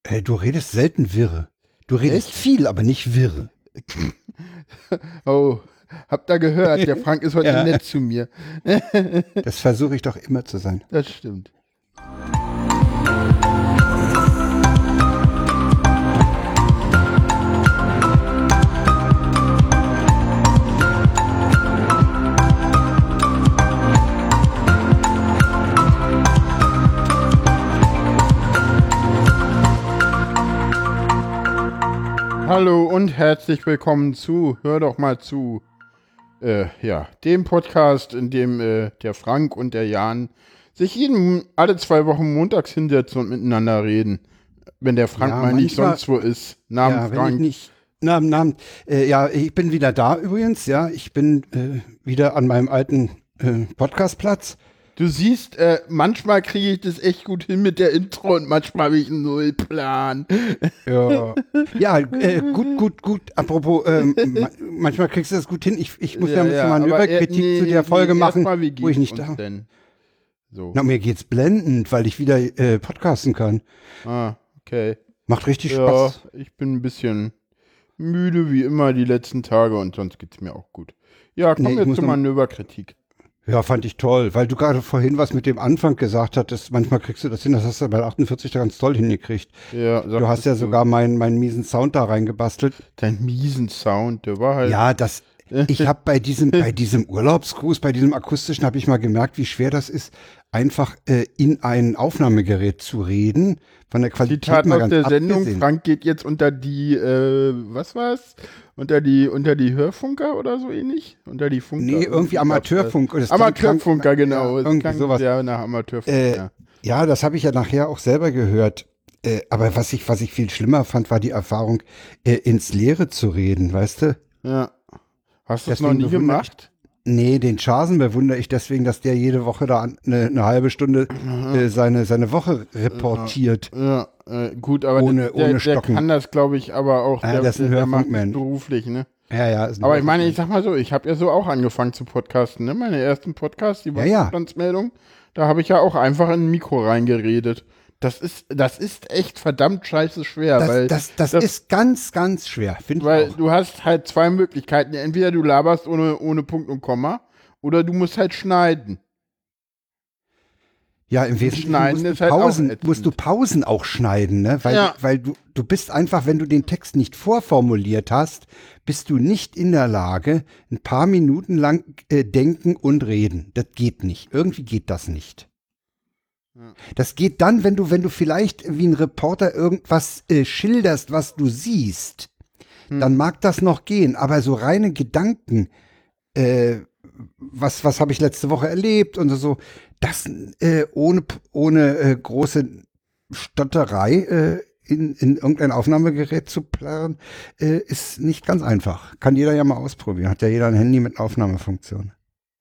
Hey, du redest selten wirr. Du redest viel, aber nicht wirr. Oh, habt ihr gehört, der Frank ist heute nett zu mir. Das versuche ich doch immer zu sein. Das stimmt. Hallo und herzlich willkommen zu Hör doch mal zu, dem Podcast, in dem der Frank und der Jan sich alle 2 Wochen montags hinsetzen und miteinander reden. Wenn der Frank mal nicht sonst wo ist. Namen Frank. Namen. Ich bin wieder da übrigens. Ja, ich bin wieder an meinem alten Podcastplatz. Du siehst, manchmal kriege ich das echt gut hin mit der Intro und manchmal habe ich einen Nullplan. Ja, gut. Apropos, manchmal kriegst du das gut hin. Ich muss ja ein bisschen mal eine Überkritik zu der Folge machen, wo ich nicht da bin. So. Na, mir geht's blendend, weil ich wieder podcasten kann. Ah, okay. Macht richtig Spaß. Ich bin ein bisschen müde wie immer die letzten Tage und sonst geht's mir auch gut. Ja, kommen wir zur Manöverkritik. Ja, fand ich toll, weil du gerade vorhin was mit dem Anfang gesagt hattest. Manchmal kriegst du das hin, das hast du bei 48 da ganz toll hingekriegt. Ja, du hast ja sogar meinen miesen Sound da reingebastelt. Dein miesen Sound, der war halt... Ja, ich habe bei diesem Urlaubsgruß, bei diesem akustischen, habe ich mal gemerkt, wie schwer das ist, einfach in ein Aufnahmegerät zu reden. Von der Qualität Zitat mal ganz aus der Sendung, Frank geht jetzt unter die, Unter die Hörfunker oder so ähnlich? Unter die Funker? Nee, irgendwie Amateurfunk. Amateurfunker, genau. Irgendwie sowas. Ja, nach Amateurfunker. Ja, das habe ich ja nachher auch selber gehört. Aber was ich viel schlimmer fand, war die Erfahrung, ins Leere zu reden, weißt du? Ja. Hast du das noch nie gemacht? Nee, den Chasen bewundere ich deswegen, dass der jede Woche da eine halbe Stunde seine Woche reportiert. Ja, gut, aber ohne der kann das, glaube ich, aber auch. Ja, der macht das beruflich, ne? Ja. Aber ich meine, ich sag mal so, ich habe ja so auch angefangen zu podcasten, ne? Meine ersten Podcasts, die Wasserstandsmeldung, da habe ich ja auch einfach in ein Mikro reingeredet. Das ist echt verdammt scheiße schwer. Das ist ganz, ganz schwer, finde ich auch. Weil du hast halt 2 Möglichkeiten. Entweder du laberst ohne Punkt und Komma oder du musst halt schneiden. Ja, im Wesentlichen musst du Pausen auch schneiden, ne? Weil du bist einfach, wenn du den Text nicht vorformuliert hast, bist du nicht in der Lage, ein paar Minuten lang denken und reden. Das geht nicht. Irgendwie geht das nicht. Das geht dann, wenn du vielleicht wie ein Reporter irgendwas schilderst, was du siehst, dann mag das noch gehen, aber so reine Gedanken, was habe ich letzte Woche erlebt und so, das ohne große Stotterei in irgendein Aufnahmegerät zu plärren, ist nicht ganz einfach. Kann jeder ja mal ausprobieren. Hat ja jeder ein Handy mit Aufnahmefunktion.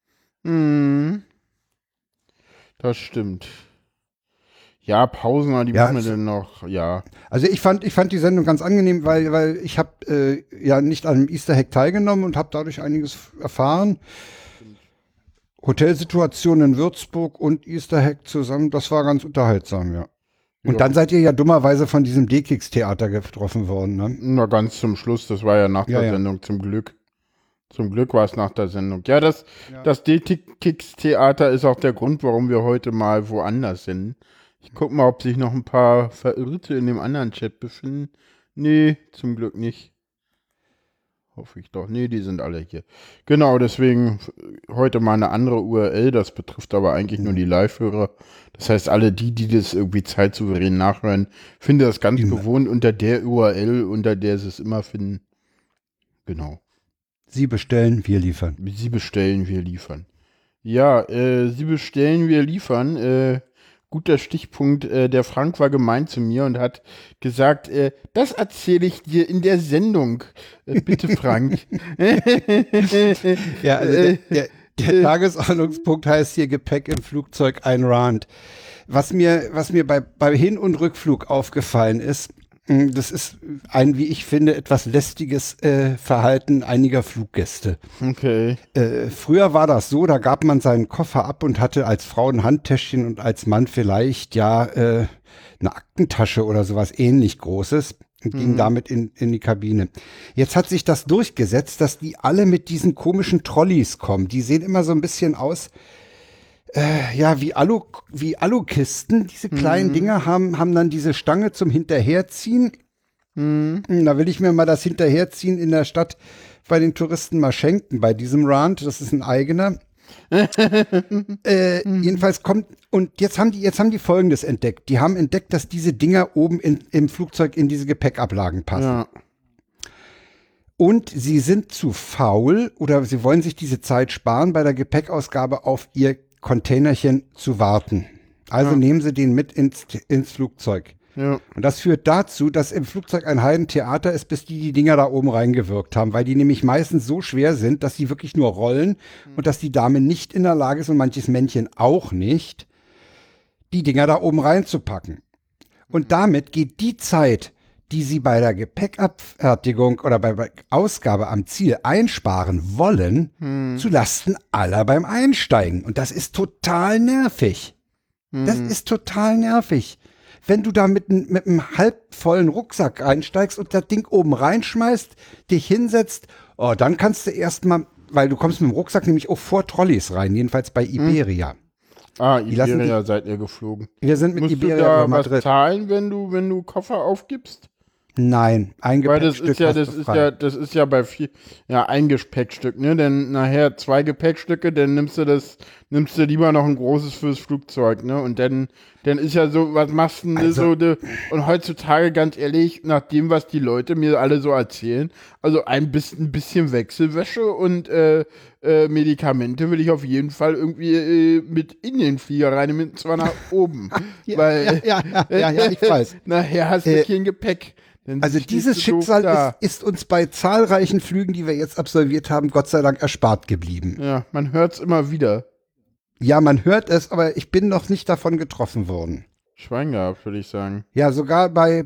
Das stimmt. Ja, Pausen, die machen wir denn noch, ja. Also ich fand die Sendung ganz angenehm, weil ich habe nicht an einem Easter Hack teilgenommen und habe dadurch einiges erfahren. Hotelsituationen in Würzburg und Easter Hack zusammen, das war ganz unterhaltsam, ja. Und dann seid ihr ja dummerweise von diesem D-Kicks-Theater getroffen worden, ne? Na, ganz zum Schluss, das war ja nach der Sendung, zum Glück. Zum Glück war es nach der Sendung. Ja, das D-Kicks-Theater ist auch der Grund, warum wir heute mal woanders sind. Ich guck mal, ob sich noch ein paar Verirrte in dem anderen Chat befinden. Nee, zum Glück nicht. Hoffe ich doch. Nee, die sind alle hier. Genau, deswegen heute mal eine andere URL. Das betrifft aber eigentlich nur die Live-Hörer. Das heißt, alle die das irgendwie zeitsouverän nachhören, finden das ganz gewohnt unter der URL, unter der sie es immer finden. Genau. Sie bestellen, wir liefern. Sie bestellen, wir liefern. Ja, Sie bestellen, wir liefern. Guter Stichpunkt, der Frank war gemein zu mir und hat gesagt, das erzähle ich dir in der Sendung. Bitte, Frank. Ja, also der Tagesordnungspunkt heißt hier Gepäck im Flugzeug einrahmt. Was mir bei Hin- und Rückflug aufgefallen ist, Das ist ein, wie ich finde, etwas lästiges Verhalten einiger Fluggäste. Okay. Früher war das so, da gab man seinen Koffer ab und hatte als Frau ein Handtäschchen und als Mann vielleicht eine Aktentasche oder sowas ähnlich Großes und ging damit in die Kabine. Jetzt hat sich das durchgesetzt, dass die alle mit diesen komischen Trolleys kommen. Die sehen immer so ein bisschen aus, wie Alukisten. Diese kleinen Dinger haben dann diese Stange zum Hinterherziehen. Da will ich mir mal das Hinterherziehen in der Stadt bei den Touristen mal schenken, bei diesem Rand. Das ist ein eigener. Jedenfalls und jetzt haben die Folgendes entdeckt. Die haben entdeckt, dass diese Dinger oben im Flugzeug in diese Gepäckablagen passen. Ja. Und sie sind zu faul oder sie wollen sich diese Zeit sparen, bei der Gepäckausgabe auf ihr Containerchen zu warten. Also nehmen sie den mit ins Flugzeug. Ja. Und das führt dazu, dass im Flugzeug ein Heidentheater ist, bis die Dinger da oben reingewirkt haben, weil die nämlich meistens so schwer sind, dass sie wirklich nur rollen und dass die Dame nicht in der Lage ist und manches Männchen auch nicht, die Dinger da oben reinzupacken. Und damit geht die Zeit, die sie bei der Gepäckabfertigung oder bei der Ausgabe am Ziel einsparen wollen, zu Lasten aller beim Einsteigen. Und das ist total nervig. Das ist total nervig. Wenn du da mit einem halbvollen Rucksack einsteigst und das Ding oben reinschmeißt, dich hinsetzt, dann kannst du erstmal, weil du kommst mit dem Rucksack nämlich auch vor Trolleys rein, jedenfalls bei Iberia. Iberia seid ihr geflogen. Wir sind mit Musst Iberia du da über Madrid. Was zahlen, wenn du Koffer aufgibst? Nein, ein Gepäckstück. Weil das ist ja bei viel, ein Gepäckstück, ne? Denn nachher 2 Gepäckstücke, dann nimmst du lieber noch ein großes fürs Flugzeug, ne? Und dann ist ja so, was machst du denn und heutzutage, ganz ehrlich, nach dem, was die Leute mir alle so erzählen, also ein bisschen Wechselwäsche und Medikamente will ich auf jeden Fall irgendwie mit in den Flieger rein, zwar nach oben. Ich weiß. Nachher hast du kein Gepäck. Also dieses Schicksal ist uns bei zahlreichen Flügen, die wir jetzt absolviert haben, Gott sei Dank erspart geblieben. Ja, man hört es immer wieder. Ja, man hört es, aber ich bin noch nicht davon getroffen worden. Schwein gehabt, würde ich sagen. Ja, sogar bei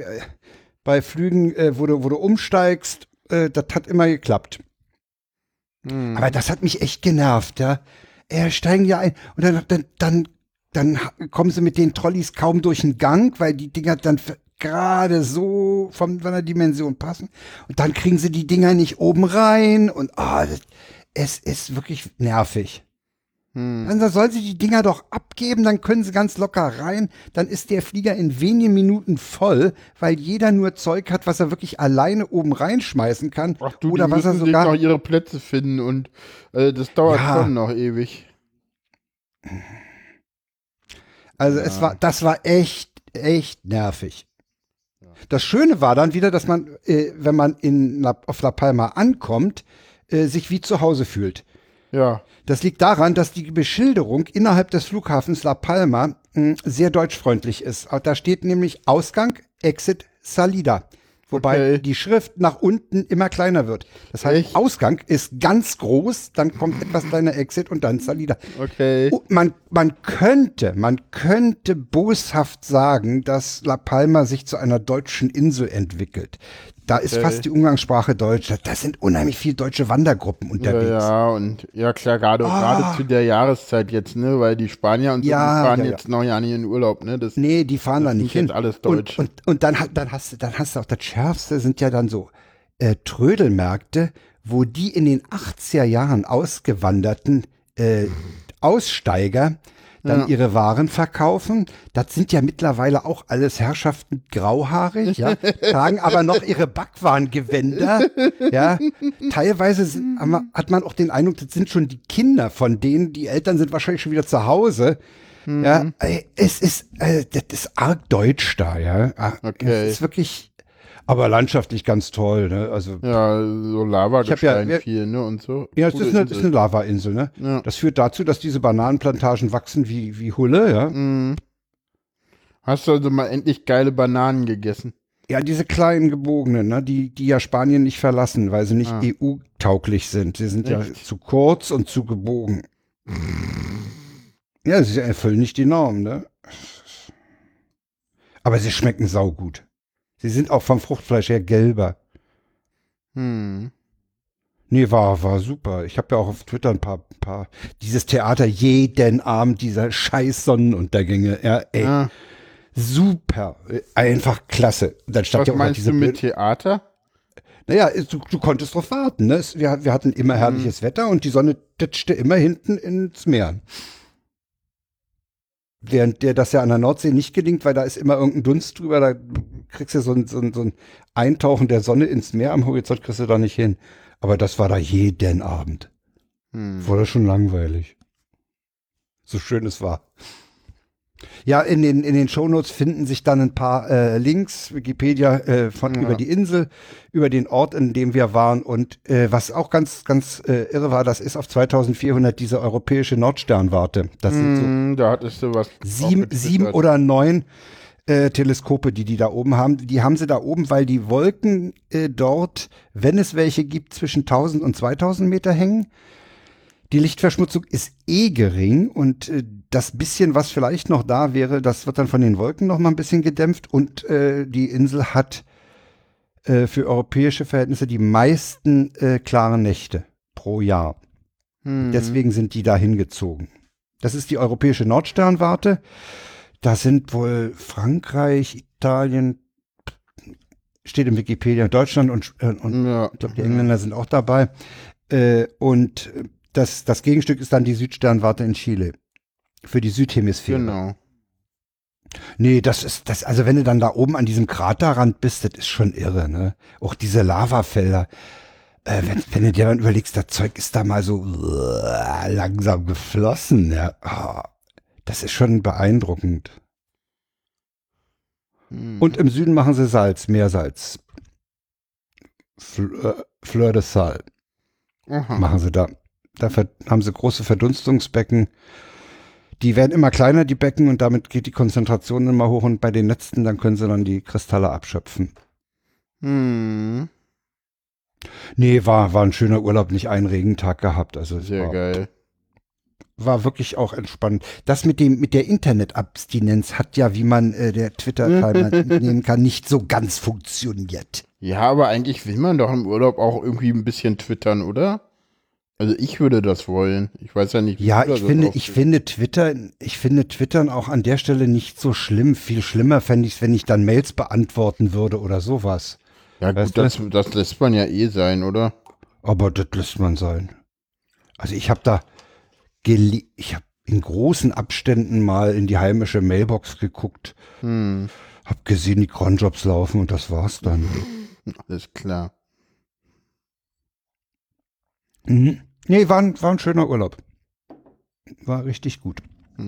Flügen, wo du umsteigst, das hat immer geklappt. Aber das hat mich echt genervt, ja. Steigen ja ein und dann kommen sie mit den Trolleys kaum durch den Gang, weil die Dinger dann gerade so von der Dimension passen. Und dann kriegen sie die Dinger nicht oben rein und es ist wirklich nervig. Dann soll sie die Dinger doch abgeben, dann können sie ganz locker rein, dann ist der Flieger in wenigen Minuten voll, weil jeder nur Zeug hat, was er wirklich alleine oben reinschmeißen kann. Ach du, oder die was müssen er sogar noch ihre Plätze finden und das dauert schon noch ewig. Also das war echt nervig. Das Schöne war dann wieder, dass man, wenn man auf La Palma ankommt, sich wie zu Hause fühlt. Ja. Das liegt daran, dass die Beschilderung innerhalb des Flughafens La Palma sehr deutschfreundlich ist. Da steht nämlich Ausgang, Exit, Salida. Wobei die Schrift nach unten immer kleiner wird. Das heißt, Ausgang ist ganz groß, dann kommt etwas kleiner Exit und dann Salida. Okay. Man könnte boshaft sagen, dass La Palma sich zu einer deutschen Insel entwickelt. Da ist fast die Umgangssprache Deutsch. Da sind unheimlich viele deutsche Wandergruppen unterwegs. Ja, klar, gerade zu der Jahreszeit jetzt, ne, weil die Spanier und so, die fahren jetzt noch ja nicht in Urlaub, ne. Die fahren da nicht hin. Alles Deutsch. Und dann hast du auch das Schärfste, sind ja dann so Trödelmärkte, wo die in den 80er Jahren ausgewanderten Aussteiger dann ihre Waren verkaufen. Das sind ja mittlerweile auch alles Herrschaften grauhaarig, ja, tragen aber noch ihre Backwaren-Gewänder, ja. Teilweise hat man auch den Eindruck, das sind schon die Kinder von denen, die Eltern sind wahrscheinlich schon wieder zu Hause. Ja, das ist arg deutsch da, ja. Okay. Das ist wirklich, aber landschaftlich ganz toll, ne? Also ja, so Lavagestein viel, ne, und so. Ja, es ist eine Lavainsel, ne? Ja. Das führt dazu, dass diese Bananenplantagen wachsen wie Hulle, ja. Hast du also mal endlich geile Bananen gegessen? Ja, diese kleinen gebogenen, ne, die ja Spanien nicht verlassen, weil sie nicht EU-tauglich sind. Sie sind ja zu kurz und zu gebogen. Ja, sie erfüllen nicht die Norm, ne? Aber sie schmecken saugut. Sie sind auch vom Fruchtfleisch her gelber. Nee, war super. Ich habe ja auch auf Twitter ein paar, dieses Theater jeden Abend, dieser scheiß Sonnenuntergänge. Ja, ey. Super. Einfach klasse. Dann stand Was meinst du mit Theater? Naja, du konntest drauf warten. Ne? Wir hatten immer herrliches Wetter und die Sonne tätschte immer hinten ins Meer. Während dir das ja an der Nordsee nicht gelingt, weil da ist immer irgendein Dunst drüber, da kriegst du so ein Eintauchen der Sonne ins Meer am Horizont, kriegst du da nicht hin. Aber das war da jeden Abend. War das schon langweilig. So schön es war. Ja, in den Shownotes finden sich dann ein paar Links, Wikipedia über die Insel, über den Ort, in dem wir waren. Und was auch ganz irre war, das ist auf 2400 diese europäische Nordsternwarte. Das sind so da hattest du was. 7 oder 9 Teleskope, die da oben haben. Die haben sie da oben, weil die Wolken dort, wenn es welche gibt, zwischen 1000 und 2000 Meter hängen. Die Lichtverschmutzung ist gering und das bisschen, was vielleicht noch da wäre, das wird dann von den Wolken noch mal ein bisschen gedämpft und die Insel hat für europäische Verhältnisse die meisten klaren Nächte pro Jahr. Deswegen sind die da hingezogen. Das ist die europäische Nordsternwarte. Da sind wohl Frankreich, Italien, steht in Wikipedia, Deutschland und ich glaube, die Engländer sind auch dabei. Und das Gegenstück ist dann die Südsternwarte in Chile. Für die Südhemisphäre. Genau. Nee, also wenn du dann da oben an diesem Kraterrand bist, das ist schon irre, ne? Auch diese Lavafelder. Wenn du dir dann überlegst, das Zeug ist da mal so langsam geflossen, ja. Oh, das ist schon beeindruckend. Und im Süden machen sie Salz, Meersalz. Fleur de Sal. Machen sie da. Dafür haben sie große Verdunstungsbecken. Die werden immer kleiner, die Becken, und damit geht die Konzentration immer hoch. Und bei den letzten, dann können sie dann die Kristalle abschöpfen. Nee, war ein schöner Urlaub, nicht einen Regentag gehabt. Also sehr geil. War wirklich auch entspannt. Das mit der Internetabstinenz hat ja, wie man der Twitter-Timer entnehmen kann, nicht so ganz funktioniert. Ja, aber eigentlich will man doch im Urlaub auch irgendwie ein bisschen twittern, oder? Also ich würde das wollen. Ich weiß ja nicht, wie ich finde Twittern auch an der Stelle nicht so schlimm. Viel schlimmer fände ich es, wenn ich dann Mails beantworten würde oder sowas. Ja gut, das lässt man ja eh sein, oder? Aber das lässt man sein. Also ich habe in großen Abständen mal in die heimische Mailbox geguckt, hab gesehen, die Cronjobs laufen und das war's dann. Alles klar. Nee, war ein schöner Urlaub. War richtig gut.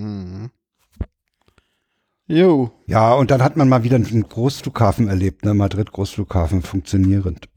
Jo. Ja, und dann hat man mal wieder einen Großflughafen erlebt, ne? Madrid Großflughafen, funktionierend.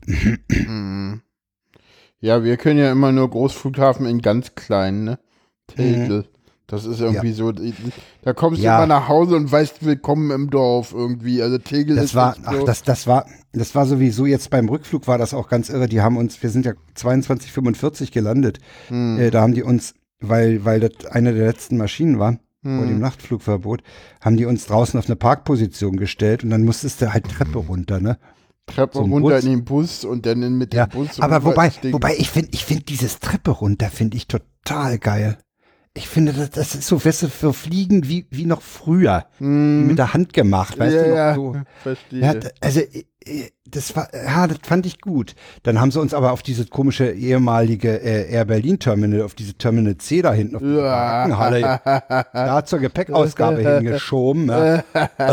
Ja, wir können ja immer nur Großflughafen in ganz kleinen, ne? Tegel. Das ist irgendwie so, da kommst du immer nach Hause und weißt, willkommen im Dorf irgendwie. Also Tegel das war sowieso jetzt beim Rückflug war das auch ganz irre. Wir sind ja 22:45 gelandet. Da haben die uns, weil das eine der letzten Maschinen war, vor dem Nachtflugverbot, haben die uns draußen auf eine Parkposition gestellt und dann musstest du halt Treppe runter, ne? Treppe runter in den Bus und dann mit dem Bus. Aber wobei ich finde dieses Treppe runter finde ich total geil. Ich finde, das ist so Wässer für Fliegen wie noch früher. Mit der Hand gemacht, weißt du noch so. Verstehe. Ja, also, das fand ich gut. Dann haben sie uns aber auf dieses komische ehemalige Air Berlin Terminal, auf diese Terminal C da hinten, auf die Wagenhalle, da zur Gepäckausgabe hingeschoben. Ja.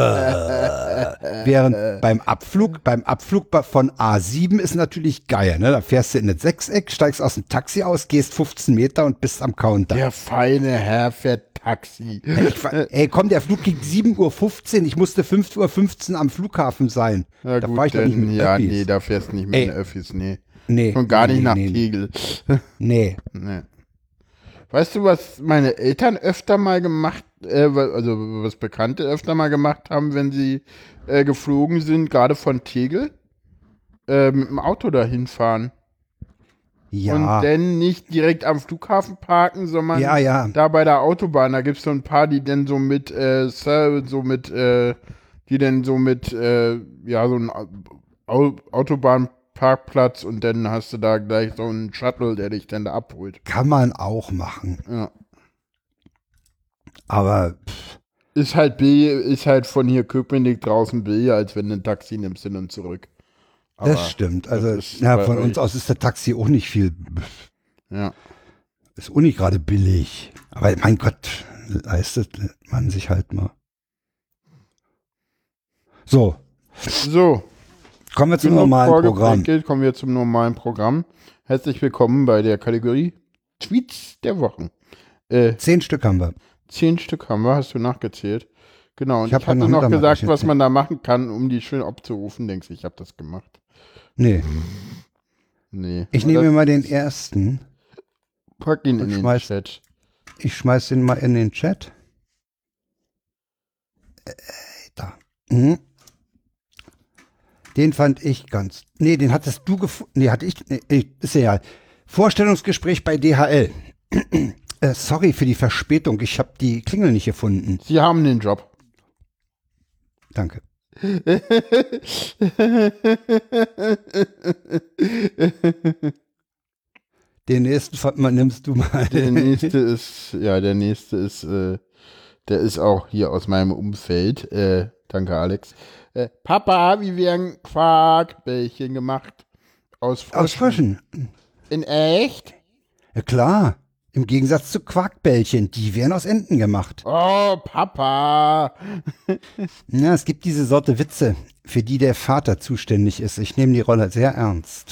Während beim Abflug von A7 ist natürlich geil, ne? Da fährst du in das Sechseck, steigst aus dem Taxi aus, gehst 15 Meter und bist am Counter. Der feine Herr fährt Taxi. Der Flug ging 7:15 Uhr, ich musste 5:15 Uhr am Flughafen sein. Ja, da war ich doch nicht mit Öffis. Nee, da fährst du nicht mit den Öffis, nee. Und gar nicht nach Tegel. Nee. Weißt du, was meine Eltern öfter mal gemacht, also was Bekannte öfter mal gemacht haben, wenn sie geflogen sind, gerade von Tegel? Mit dem Auto dahin fahren. Ja. Und dann nicht direkt am Flughafen parken, sondern da bei der Autobahn. Da gibt es so ein paar, die dann so mit die dann so mit, so ein Autobahnparkplatz und dann hast du da gleich so einen Shuttle, der dich dann da abholt. Kann man auch machen. Ja. Aber ist halt von hier Köpenick draußen billiger, als wenn du ein Taxi nimmst hin und zurück. Aber das stimmt. Also von uns aus ist der Taxi auch nicht viel. Ja. Ist auch nicht gerade billig. Aber mein Gott, leistet man sich halt mal. So. Kommen wir zum normalen Programm. Kommen wir zum normalen Programm. Herzlich willkommen bei der Kategorie Tweets der Wochen. 10 Stück haben wir. 10 Stück haben wir, hast du nachgezählt. Genau, und ich hatte noch gesagt, was man da machen kann, um die schön abzurufen. Denkst du, ich habe das gemacht? Nee. Ich nehme mir mal den ersten. Pack ihn in den Chat. Ich schmeiß den mal in den Chat. Da. Mhm. Den fand ich den hattest du gefunden. Nee, hatte ich. Nee, ist ja. Vorstellungsgespräch bei DHL. Sorry für die Verspätung. Ich habe die Klingel nicht gefunden. Sie haben den Job. Danke. Den nächsten nimmst du mal. Der nächste ist, der ist auch hier aus meinem Umfeld. Danke, Alex. Papa, wie werden Quarkbällchen gemacht? Aus Fröschen. In echt? Ja, klar. Im Gegensatz zu Quarkbällchen, die werden aus Enten gemacht. Oh, Papa. Ja, es gibt diese Sorte Witze, für die der Vater zuständig ist. Ich nehme die Rolle sehr ernst.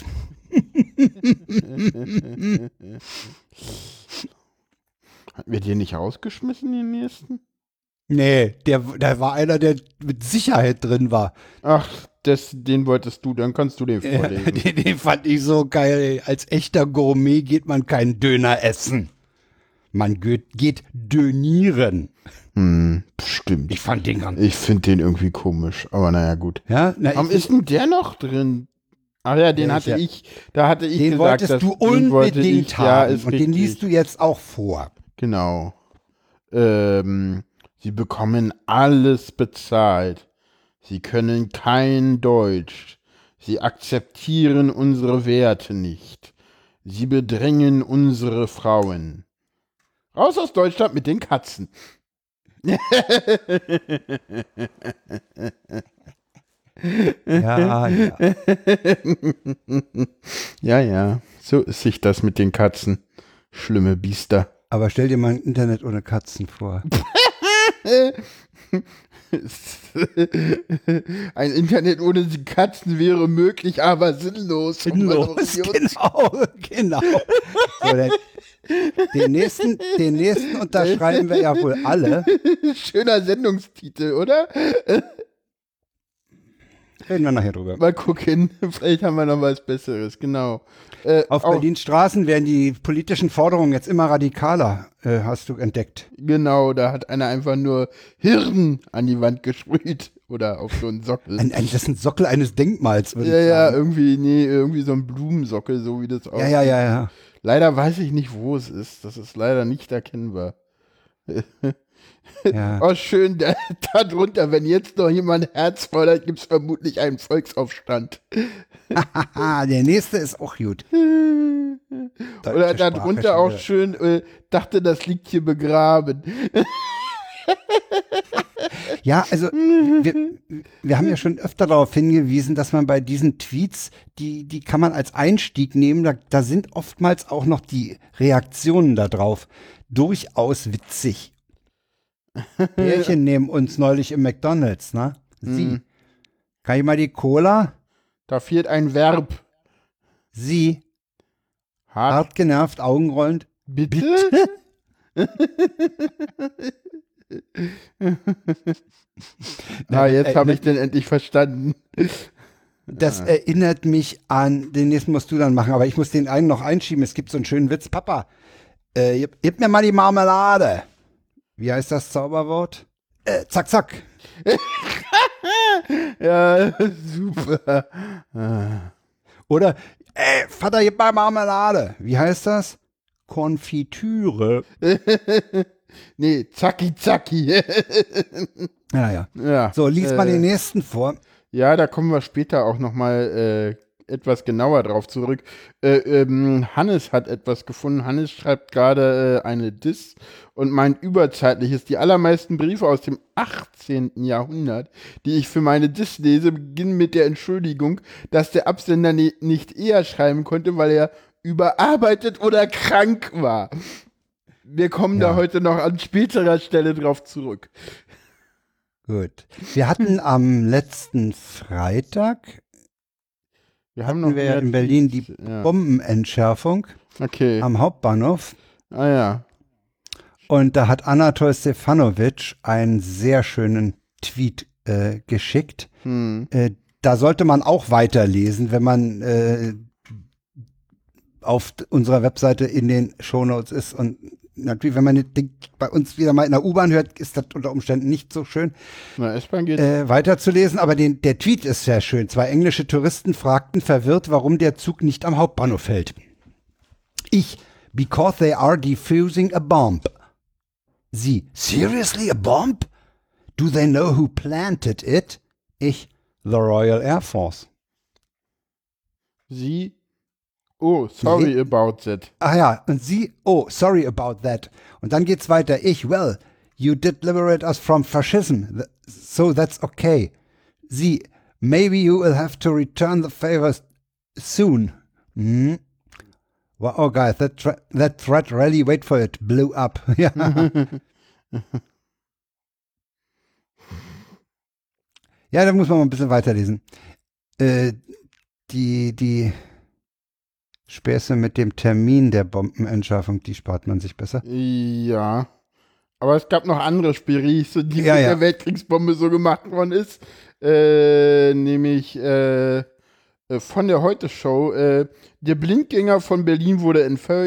Hatten wir den nicht rausgeschmissen, den nächsten? Nee, der war einer, der mit Sicherheit drin war. Ach, den wolltest du, dann kannst du den vorlesen. Den fand ich so geil. Als echter Gourmet geht man keinen Döner essen. Man geht dönieren. Stimmt. Ich fand den ganz. Ich finde den irgendwie komisch, aber naja, gut. Ja, warum ist denn der noch drin? Ach ja, den hatte ich. Da hatte ich den gesagt, wolltest du unbedingt haben. Und den liest du jetzt auch vor. Genau. Sie bekommen alles bezahlt. Sie können kein Deutsch. Sie akzeptieren unsere Werte nicht. Sie bedrängen unsere Frauen. Raus aus Deutschland mit den Katzen. Ja. Ja. So ist sich das mit den Katzen. Schlimme Biester. Aber stell dir mal ein Internet ohne Katzen vor. Ein Internet ohne Katzen wäre möglich, aber sinnlos. Genau. So, den nächsten unterschreiben wir ja wohl alle. Schöner Sendungstitel, oder? Reden wir nachher drüber. Mal gucken, vielleicht haben wir noch was Besseres, genau. Auf Berlins Straßen werden die politischen Forderungen jetzt immer radikaler, hast du entdeckt. Genau, da hat einer einfach nur Hirn an die Wand gesprüht oder auf so einen Sockel. Das ist ein Sockel eines Denkmals, würde ich sagen. Irgendwie so ein Blumensockel, so wie das aussieht. Ja. Leider weiß ich nicht, wo es ist. Das ist leider nicht erkennbar. Ja. Oh, schön, da drunter, wenn jetzt noch jemand Herz fordert, gibt es vermutlich einen Volksaufstand. Der nächste ist auch gut. Oder da drunter auch schön, dachte, das liegt hier begraben. Ja, also wir haben ja schon öfter darauf hingewiesen, dass man bei diesen Tweets, die kann man als Einstieg nehmen, da sind oftmals auch noch die Reaktionen darauf durchaus witzig. Pärchen nehmen uns neulich im McDonald's, ne? Sie. Kann ich mal die Cola? Da fehlt ein Verb. Sie. Hart genervt, augenrollend. Bitte? Jetzt habe ich den endlich verstanden. Das erinnert mich an, den nächsten musst du dann machen, aber ich muss den einen noch einschieben. Es gibt so einen schönen Witz. Papa, gib mir mal die Marmelade. Wie heißt das Zauberwort? Zack, zack. Ja, super. Oder, Vater, gib mal Marmelade. Wie heißt das? Konfitüre. Nee, zacki, zacki. Ja. So, lies mal den nächsten vor. Ja, da kommen wir später auch nochmal etwas genauer drauf zurück. Hannes hat etwas gefunden. Hannes schreibt gerade eine Diss und meint überzeitliches. Die allermeisten Briefe aus dem 18. Jahrhundert, die ich für meine Diss lese, beginnen mit der Entschuldigung, dass der Absender nicht eher schreiben konnte, weil er überarbeitet oder krank war. Wir kommen da heute noch an späterer Stelle drauf zurück. Gut. Wir hatten am letzten Freitag in Berlin die Bombenentschärfung am Hauptbahnhof. Ah ja. Und da hat Anatol Stefanovic einen sehr schönen Tweet geschickt. Da sollte man auch weiterlesen, wenn man auf unserer Webseite in den Shownotes ist. Und natürlich, wenn man bei uns wieder mal in der U-Bahn hört, ist das unter Umständen nicht so schön, weiterzulesen. Aber der Tweet ist sehr schön. 2 englische Touristen fragten verwirrt, warum der Zug nicht am Hauptbahnhof hält. Because they are defusing a bomb. Sie, seriously a bomb? Do they know who planted it? The Royal Air Force. Sie, oh, sorry about that. Ah ja, und sie, oh, sorry about that. Und dann geht's weiter. Well, you did liberate us from fascism, so that's okay. Sie, maybe you will have to return the favors soon. Well, oh guys, that threat really, wait for it, blew up. Ja. Ja, da muss man mal ein bisschen weiterlesen. Die Späße mit dem Termin der Bombenentschärfung, die spart man sich besser. Ja. Aber es gab noch andere Späße, die mit der Weltkriegsbombe so gemacht worden ist. Nämlich von der Heute-Show. Der Blindgänger von Berlin wurde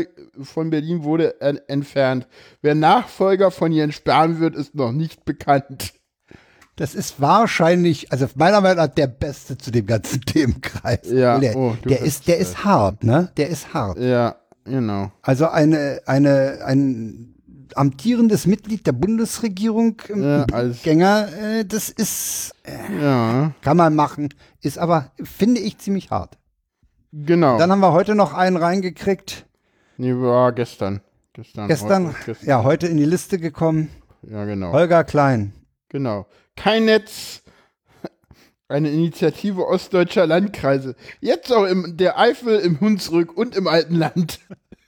entfernt. Wer Nachfolger von Jens Spahn wird, ist noch nicht bekannt. Das ist wahrscheinlich, also meiner Meinung nach, der Beste zu dem ganzen Themenkreis. Ja, der ist hart, ne? Der ist hart. Ja, genau. Also ein amtierendes Mitglied der Bundesregierung, Gänger, das ist, kann man machen, ist aber, finde ich, ziemlich hart. Genau. Dann haben wir heute noch einen reingekriegt. Nee, war gestern. Gestern, ja, heute in die Liste gekommen. Ja, genau. Holger Klein. Genau. Kein Netz. Eine Initiative ostdeutscher Landkreise. Jetzt auch in der Eifel, im Hunsrück und im Alten Land.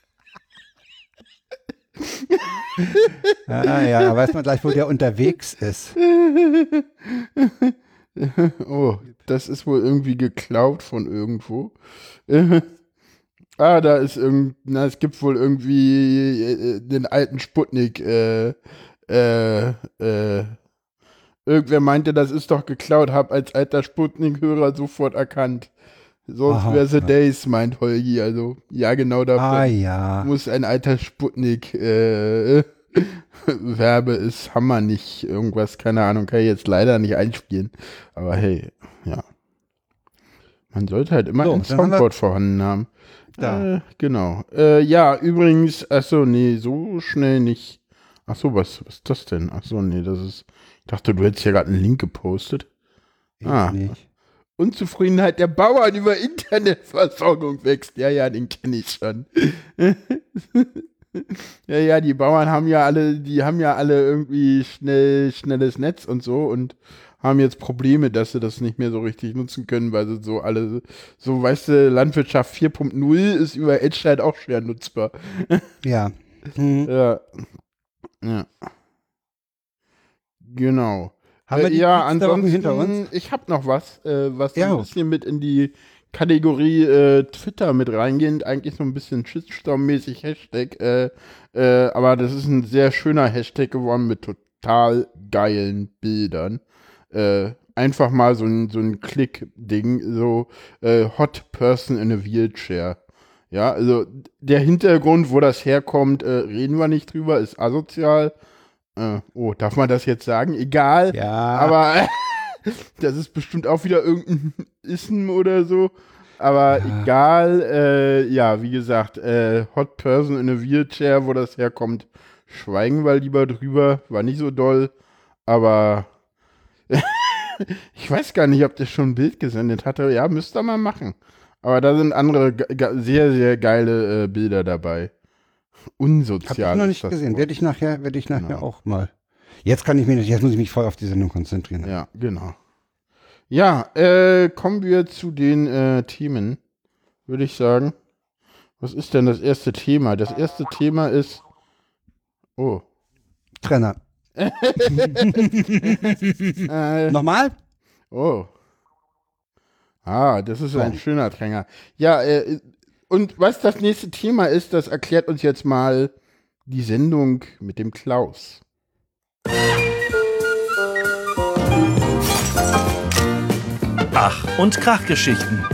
Ja, da weiß man gleich, wo der unterwegs ist. Oh, das ist wohl irgendwie geklaut von irgendwo. Da ist es gibt wohl irgendwie den alten Sputnik. Irgendwer meinte, das ist doch geklaut, hab als alter Sputnik-Hörer sofort erkannt. Sonst wäre The Days, meint Holgi. Also, ja, genau davon muss ein alter Sputnik Werbe ist Hammer nicht irgendwas, keine Ahnung, kann ich jetzt leider nicht einspielen. Aber hey, ja. Man sollte halt immer ein Soundboard vorhanden haben. Genau. Ja, übrigens, achso, nee, so schnell nicht. Achso, was ist das denn? Achso, nee, das ist. Ich dachte, du hättest ja gerade einen Link gepostet. Nicht. Unzufriedenheit der Bauern über Internetversorgung wächst. Ja, den kenne ich schon. Ja, die Bauern haben ja alle irgendwie schnelles Netz und so und haben jetzt Probleme, dass sie das nicht mehr so richtig nutzen können, weil sie so alle, so weißt du, Landwirtschaft 4.0 ist über Edge halt auch schwer nutzbar. Ja. Ja. Genau. Haben wir die ansonsten hinter uns? Ich habe noch was ein bisschen mit in die Kategorie Twitter mit reingehend, eigentlich so ein bisschen Shitstorm-mäßig Hashtag, aber das ist ein sehr schöner Hashtag geworden mit total geilen Bildern. Einfach mal so ein Klick-Ding, so Hot Person in a Wheelchair. Ja, also der Hintergrund, wo das herkommt, reden wir nicht drüber, ist asozial. Darf man das jetzt sagen? Egal. Ja. Aber das ist bestimmt auch wieder irgendein Ism oder so. Aber egal. Wie gesagt, Hot Person in a Wheelchair, wo das herkommt, schweigen wir lieber drüber. War nicht so doll. Aber Ich weiß gar nicht, ob der schon ein Bild gesendet hatte. Ja, müsste er mal machen. Aber da sind andere sehr, sehr geile Bilder dabei. Unsozial. Hab ich noch nicht gesehen. Werde ich nachher auch mal. Jetzt muss ich mich voll auf die Sendung konzentrieren. Ja, genau. Ja, kommen wir zu den Themen, würde ich sagen. Was ist denn das erste Thema? Das erste Thema ist Trenner. Nochmal? Oh. Das ist ein schöner Trenner. Ja, und was das nächste Thema ist, das erklärt uns jetzt mal die Sendung mit dem Klaus. Ach und Krachgeschichten.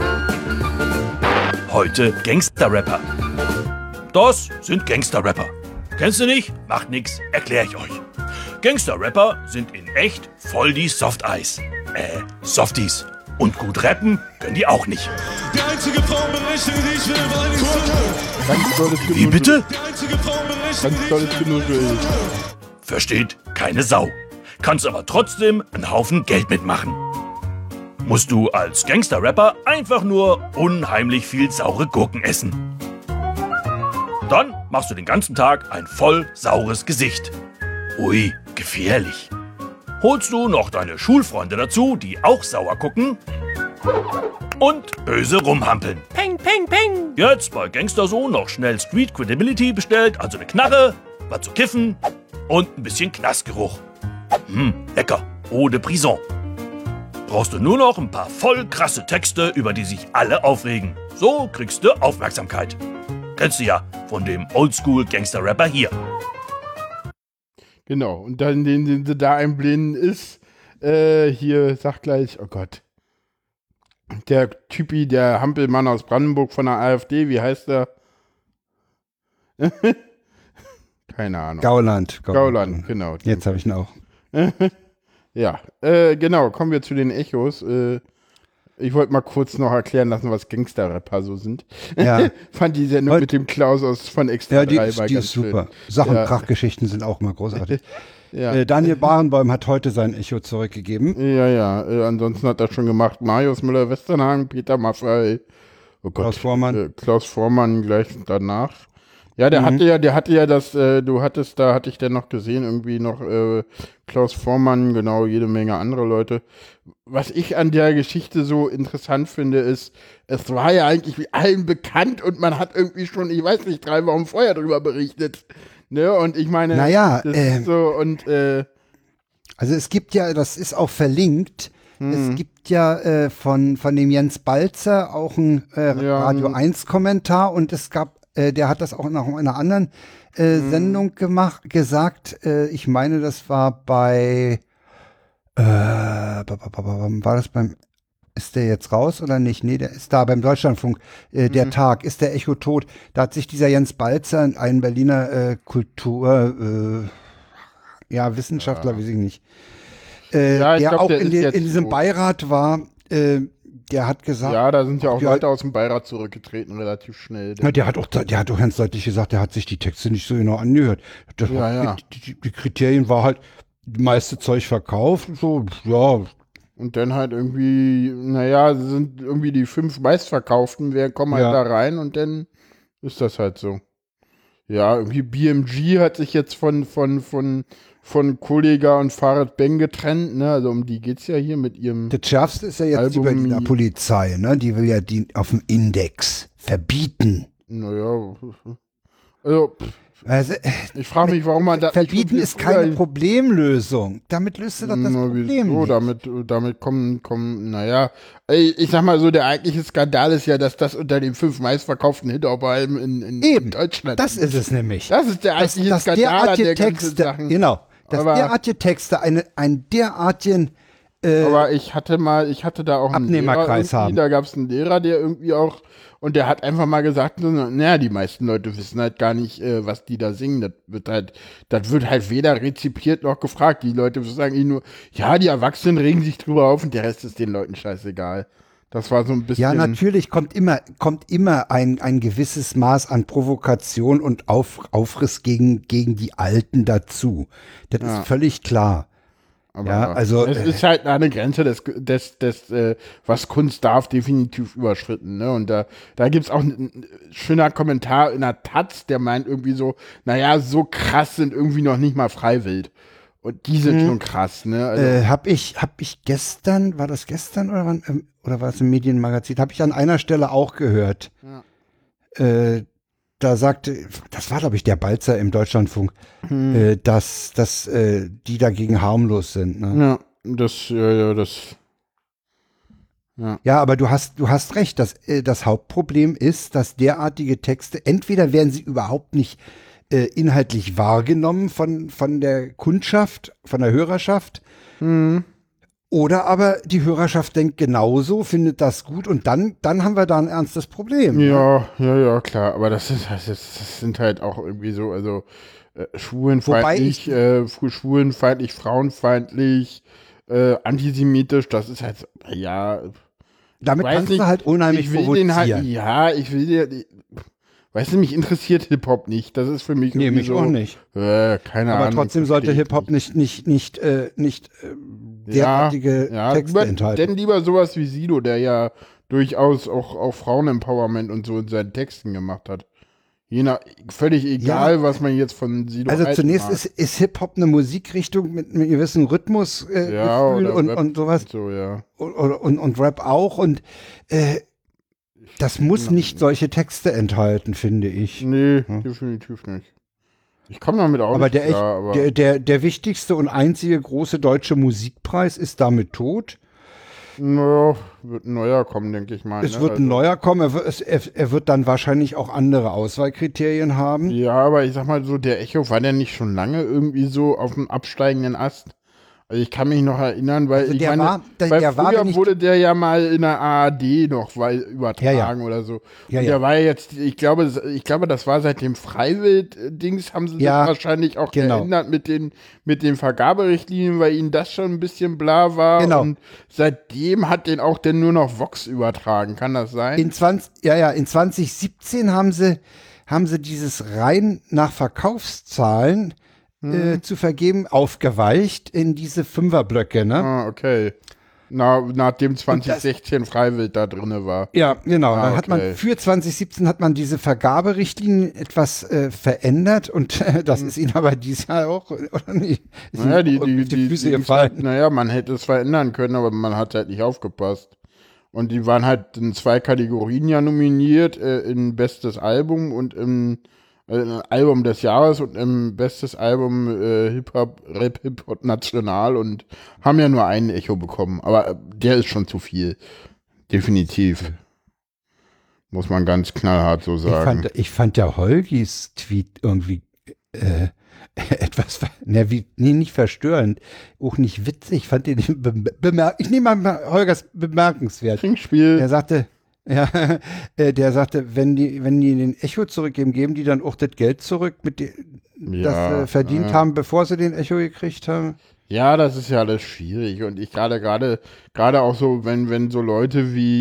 Heute Gangster-Rapper. Das sind Gangster-Rapper. Kennst du nicht? Macht nix, erklär ich euch. Gangster-Rapper sind in echt voll die Softeis. Softies. Und gut rappen können die auch nicht. Die einzige Frauenberechtigung, die ich will, weil ich so. Ganz tolles Wie bitte? Die einzige Frauenberechtigung, Ganz tolles Genuschel. Versteht keine Sau. Kannst aber trotzdem einen Haufen Geld mitmachen. Musst du als Gangster-Rapper einfach nur unheimlich viel saure Gurken essen. Dann machst du den ganzen Tag ein voll saures Gesicht. Ui, gefährlich. Holst du noch deine Schulfreunde dazu, die auch sauer gucken und böse rumhampeln. Peng, peng, peng. Jetzt bei Gangstersohn noch schnell Street Credibility bestellt, also eine Knarre, was zu kiffen und ein bisschen Knastgeruch. Lecker, eau de prison. Brauchst du nur noch ein paar voll krasse Texte, über die sich alle aufregen. So kriegst du Aufmerksamkeit. Kennst du ja von dem Oldschool-Gangster-Rapper hier. Genau, und dann, den sie da einblenden ist, hier, sag gleich, oh Gott. Der Typi, der Hampelmann aus Brandenburg von der AfD, wie heißt der? Keine Ahnung. Gauland, genau. Jetzt habe ich ihn auch. Ja, genau, kommen wir zu den Echos. Ich wollte mal kurz noch erklären lassen, was Gangster-Rapper so sind. Ja. Fand die Sendung mit dem Klaus von Extra 3 die ist super. Sachen- und Krachgeschichten sind auch mal großartig. Ja. Daniel Barenboim hat heute sein Echo zurückgegeben. Ja, ansonsten hat er schon gemacht Marius Müller-Westernhagen, Peter Maffay, Klaus Vormann gleich danach. Ja, der hatte ja das, da hatte ich dann noch gesehen, irgendwie noch Klaus Vormann, genau, jede Menge andere Leute. Was ich an der Geschichte so interessant finde, ist, es war ja eigentlich allen bekannt und man hat irgendwie schon, ich weiß nicht, 3 Wochen vorher darüber berichtet. Ne? Und ich meine, naja, das ist so und also es gibt ja, das ist auch verlinkt, es gibt ja von dem Jens Balzer auch ein Radio 1 Kommentar und es gab, der hat das auch noch in einer anderen Sendung gesagt, ich meine, das war bei war das beim, ist der jetzt raus oder nicht? Nee, der ist da beim Deutschlandfunk, der Tag, ist der Echo tot? Da hat sich dieser Jens Balzer, ein Berliner Wissenschaftler, weiß ich nicht, der glaub, auch in diesem Beirat war, der hat gesagt. Ja, da sind ja auch Leute aus dem Beirat zurückgetreten, relativ schnell. Der hat auch ganz deutlich gesagt, der hat sich die Texte nicht so genau angehört. Die Kriterien war halt, die meiste Zeug verkauft, so, ja. Und dann halt irgendwie, sind irgendwie die 5 meistverkauften, wer kommen halt da rein und dann ist das halt so. Ja, irgendwie BMG hat sich jetzt von Kollega und Farid Bang getrennt, ne? Also um die geht's ja hier mit ihrem. Das Schärfste ist ja jetzt Album, die Berliner Polizei, ne? Die will ja die auf dem Index verbieten. Naja. Also, ich frage mich, warum man da. Verbieten ist keine Problemlösung. Damit löst du doch das Problem nicht. Damit kommen, ich sag mal so, der eigentliche Skandal ist ja, dass das unter den 5 meistverkauften Hip-Hop-Alben in Deutschland das ist es nämlich. Das ist der eigentliche Skandal der ganzen Sachen. Genau. Dass derartige Texte einen derartigen aber ich hatte da auch einen Abnehmerkreis haben. Da gab es einen Lehrer, der irgendwie auch, und der hat einfach mal gesagt, die meisten Leute wissen halt gar nicht, was die da singen. Das wird halt weder rezipiert noch gefragt. Die Leute sagen ihnen nur, ja, die Erwachsenen regen sich drüber auf und der Rest ist den Leuten scheißegal. Das war so ein bisschen. Ja, natürlich kommt immer ein gewisses Maß an Provokation und Aufriss gegen die Alten dazu. Das ist völlig klar. Aber ja, also es ist halt eine Grenze was Kunst darf, definitiv überschritten. Ne? Und da gibt es auch ein schöner Kommentar in der Taz, der meint irgendwie so, naja, so krass sind irgendwie noch nicht mal Freiwild. Und die sind schon krass, ne? Also, hab ich gestern, war das gestern oder war es im Medienmagazin, habe ich an einer Stelle auch gehört. Ja. Da sagte, das war glaube ich der Balzer im Deutschlandfunk, dass die dagegen harmlos sind. Ne? Ja, aber du hast recht, das Hauptproblem ist, dass derartige Texte, entweder werden sie überhaupt nicht inhaltlich wahrgenommen von der Kundschaft, von der Hörerschaft, oder aber die Hörerschaft denkt genauso, findet das gut und dann haben wir da ein ernstes Problem. Ja, klar, aber das sind halt auch irgendwie so, also schwulenfeindlich, frauenfeindlich, antisemitisch, das ist halt, ja. Damit kannst du halt unheimlich provozieren. Weißt du, mich interessiert Hip-Hop nicht. Das ist für mich irgendwie mich so, auch nicht. Keine Ahnung. Aber trotzdem sollte Hip-Hop nicht derartige Texte enthalten. Denn lieber sowas wie Sido, der ja durchaus auch Frauen-Empowerment und so in seinen Texten gemacht hat. Völlig egal, was man jetzt von Sido Also zunächst ist Hip-Hop eine Musikrichtung mit einem gewissen Rhythmus und sowas. Und so, ja. Und Rap auch. Und das muss nicht solche Texte enthalten, finde ich. Nee, definitiv nicht. Ich komme damit auch nicht klar. Aber der wichtigste und einzige große deutsche Musikpreis ist damit tot. Naja, wird ein neuer kommen, denke ich mal. Es wird ein neuer kommen. Er wird dann wahrscheinlich auch andere Auswahlkriterien haben. Ja, aber ich sag mal so, der Echo, war der nicht schon lange irgendwie so auf dem absteigenden Ast? Also ich kann mich noch erinnern, weil früher wurde der ja mal in der ARD noch übertragen oder so. Ja, und der war jetzt, ich glaube, das war seit dem Freiwild-Dings, haben sie das wahrscheinlich auch geändert mit den Vergaberichtlinien, weil ihnen das schon ein bisschen bla war. Genau. Und seitdem hat den auch denn nur noch Vox übertragen. Kann das sein? In 2017 haben sie dieses rein nach Verkaufszahlen zu vergeben, aufgeweicht in diese Fünferblöcke, ne? Ah, okay. Nachdem 2016 Freiwild da drin war. Ja, genau. Dann hat man für 2017 hat man diese Vergaberichtlinien etwas verändert und das ist ihnen aber dieses Jahr auch oder nicht? Naja, die Füße gefallen. Naja, man hätte es verändern können, aber man hat halt nicht aufgepasst. Und die waren halt in 2 Kategorien ja nominiert, in Bestes Album und im Album des Jahres und im Bestes Album Hip-Hop, Rap, Hip-Hop National und haben ja nur einen Echo bekommen. Aber der ist schon zu viel. Definitiv. Muss man ganz knallhart so sagen. Ich fand ja Holgis Tweet irgendwie etwas, nicht verstörend, auch nicht witzig. Ich fand den ich nehme mal Holgers bemerkenswert. Trinkspiel. Er sagte, der sagte, wenn die den Echo zurückgeben, geben die dann auch das Geld zurück, das sie verdient haben, bevor sie den Echo gekriegt haben? Ja, das ist ja alles schwierig. Und ich gerade auch so, wenn so Leute wie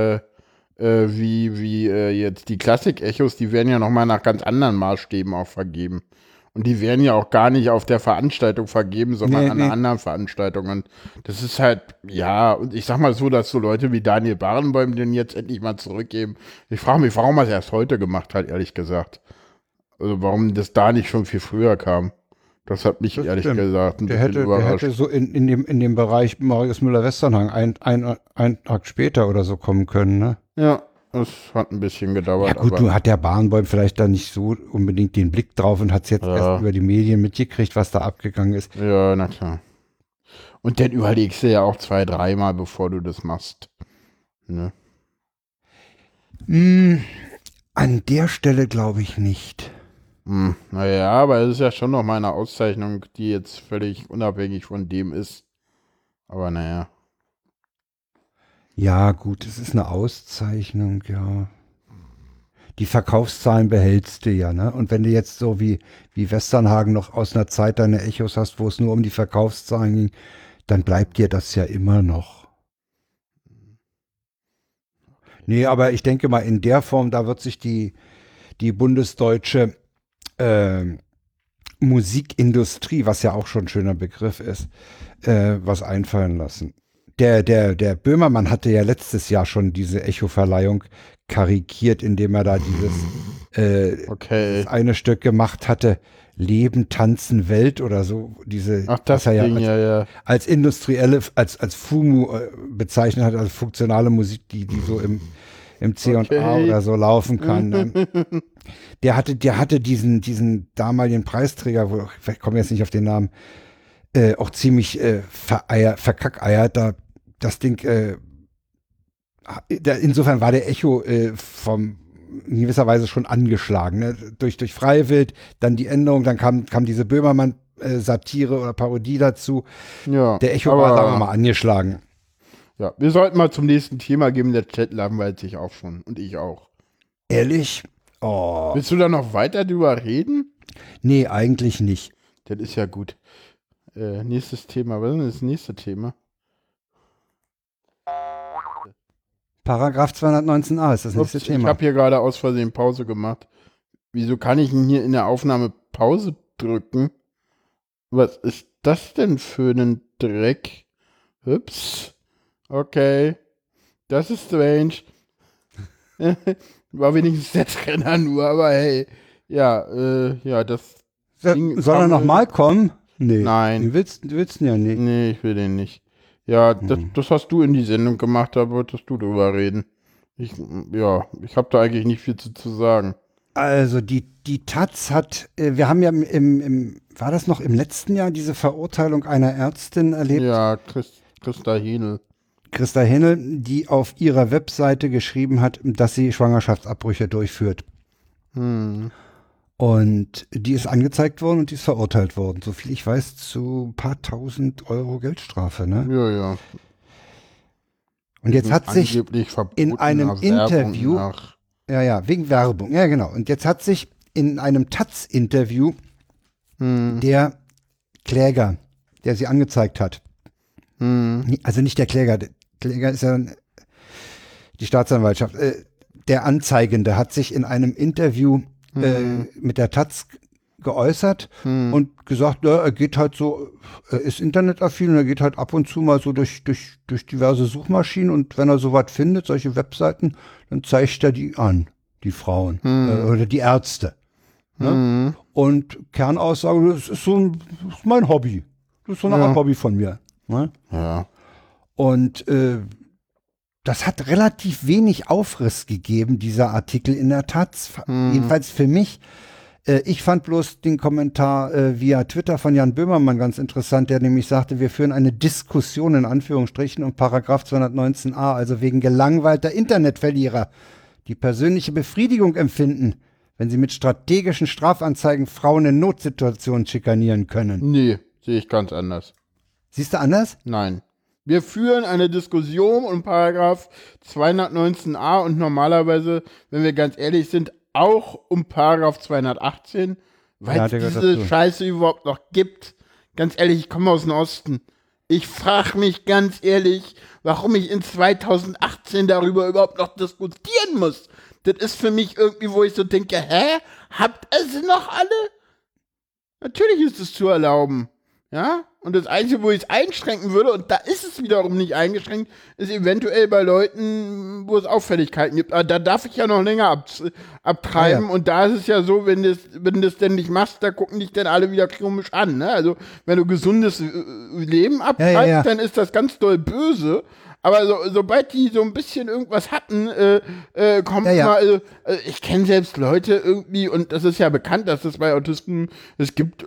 jetzt die Klassik-Echos, die werden ja nochmal nach ganz anderen Maßstäben auch vergeben. Und die werden ja auch gar nicht auf der Veranstaltung vergeben, sondern an einer anderen Veranstaltung. Und das ist halt, und ich sag mal so, dass so Leute wie Daniel Barenboim den jetzt endlich mal zurückgeben. Ich frage mich, warum er es erst heute gemacht hat, ehrlich gesagt. Also warum das da nicht schon viel früher kam. Das hat mich ehrlich gesagt ein bisschen überrascht. Der hätte so in dem Bereich Marius Müller-Westernhagen einen Tag später oder so kommen können, ne? Ja. Das hat ein bisschen gedauert. Ja gut, nun hat der Barenboim vielleicht da nicht so unbedingt den Blick drauf und hat es jetzt erst über die Medien mitgekriegt, was da abgegangen ist. Ja, na klar. Und dann überlegst du ja auch 2-3 Mal, bevor du das machst. Ne? An der Stelle glaube ich nicht. Naja, aber es ist ja schon noch mal eine Auszeichnung, die jetzt völlig unabhängig von dem ist. Aber naja. Ja, gut, es ist eine Auszeichnung, ja. Die Verkaufszahlen behältst du ja, ne? Und wenn du jetzt so wie Westernhagen noch aus einer Zeit deine Echos hast, wo es nur um die Verkaufszahlen ging, dann bleibt dir das ja immer noch. Nee, aber ich denke mal, in der Form, da wird sich die bundesdeutsche Musikindustrie, was ja auch schon ein schöner Begriff ist, was einfallen lassen. Der Böhmermann hatte ja letztes Jahr schon diese Echo-Verleihung karikiert, indem er da dieses eine Stück gemacht hatte, Leben, Tanzen, Welt oder so. Das Ding, als industrielle, als FUMU bezeichnet hat, als funktionale Musik, die so im C&A oder so laufen kann. Der hatte diesen damaligen Preisträger, ich komme jetzt nicht auf den Namen, auch ziemlich verkackeiert, da das Ding, insofern war der Echo in gewisser Weise schon angeschlagen, ne? Durch Freiwild, dann die Änderung, dann kam diese Böhmermann-Satire oder Parodie dazu. Ja, der Echo war, sagen wir mal, angeschlagen. Ja, wir sollten mal zum nächsten Thema gehen, der Chat langweilt sich auch schon und ich auch. Ehrlich? Oh. Willst du da noch weiter drüber reden? Nee, eigentlich nicht. Das ist ja gut. Nächstes Thema, was ist denn das nächste Thema? Paragraph 219a ist das nächste Thema. Ich habe hier gerade aus Versehen Pause gemacht. Wieso kann ich denn hier in der Aufnahme Pause drücken? Was ist das denn für einen Dreck? Ups. Okay. Das ist strange. War wenigstens der Trenner nur, aber hey. Ja, das Ding soll er nochmal kommen? Nee. Nein. Du willst ihn ja nicht. Nee, ich will den nicht. Ja, das hast du in die Sendung gemacht, da wolltest du drüber reden. Ich habe da eigentlich nicht viel zu sagen. Also die Taz hat, wir haben ja war das noch im letzten Jahr, diese Verurteilung einer Ärztin erlebt? Ja, Christa Henel. Christa Henel, die auf ihrer Webseite geschrieben hat, dass sie Schwangerschaftsabbrüche durchführt. Und die ist angezeigt worden und die ist verurteilt worden. Soviel ich weiß, zu ein paar tausend Euro Geldstrafe, ne? Ja. Und jetzt hat sich in einem Interview, wegen Werbung, ja genau. Und jetzt hat sich in einem Taz-Interview der Kläger, der sie angezeigt hat, also nicht der Kläger ist ja die Staatsanwaltschaft, der Anzeigende hat sich in einem Interview mit der Taz geäußert und gesagt, er geht halt so, er ist internetaffin und er geht halt ab und zu mal so durch diverse Suchmaschinen und wenn er sowas findet, solche Webseiten, dann zeigt er die an, die Frauen oder die Ärzte. Ne? Und Kernaussage, das ist mein Hobby. Das ist so eine Art Hobby von mir. Ne? Ja. Und das hat relativ wenig Aufriss gegeben, dieser Artikel in der Taz. Jedenfalls für mich. Ich fand bloß den Kommentar via Twitter von Jan Böhmermann ganz interessant, der nämlich sagte, wir führen eine Diskussion in Anführungsstrichen um Paragraph 219a, also wegen gelangweilter Internetverlierer, die persönliche Befriedigung empfinden, wenn sie mit strategischen Strafanzeigen Frauen in Notsituationen schikanieren können. Nee, sehe ich ganz anders. Siehst du anders? Nein. Wir führen eine Diskussion um Paragraph 219a und normalerweise, wenn wir ganz ehrlich sind, auch um Paragraph 218, weil es diese Scheiße überhaupt noch gibt. Ganz ehrlich, ich komme aus dem Osten. Ich frage mich ganz ehrlich, warum ich in 2018 darüber überhaupt noch diskutieren muss. Das ist für mich irgendwie, wo ich so denke, habt ihr sie noch alle? Natürlich ist es zu erlauben. Ja, und das Einzige, wo ich es einschränken würde, und da ist es wiederum nicht eingeschränkt, ist eventuell bei Leuten, wo es Auffälligkeiten gibt. Aber da darf ich ja noch länger abtreiben. Und da ist es ja so, wenn du das denn nicht machst, da gucken dich dann alle wieder komisch an. Ne? Also, wenn du gesundes Leben abtreibst, dann ist das ganz doll böse. Aber sobald die so ein bisschen irgendwas hatten, kommt mal, ich kenne selbst Leute irgendwie, und das ist ja bekannt, dass es bei Autisten, es gibt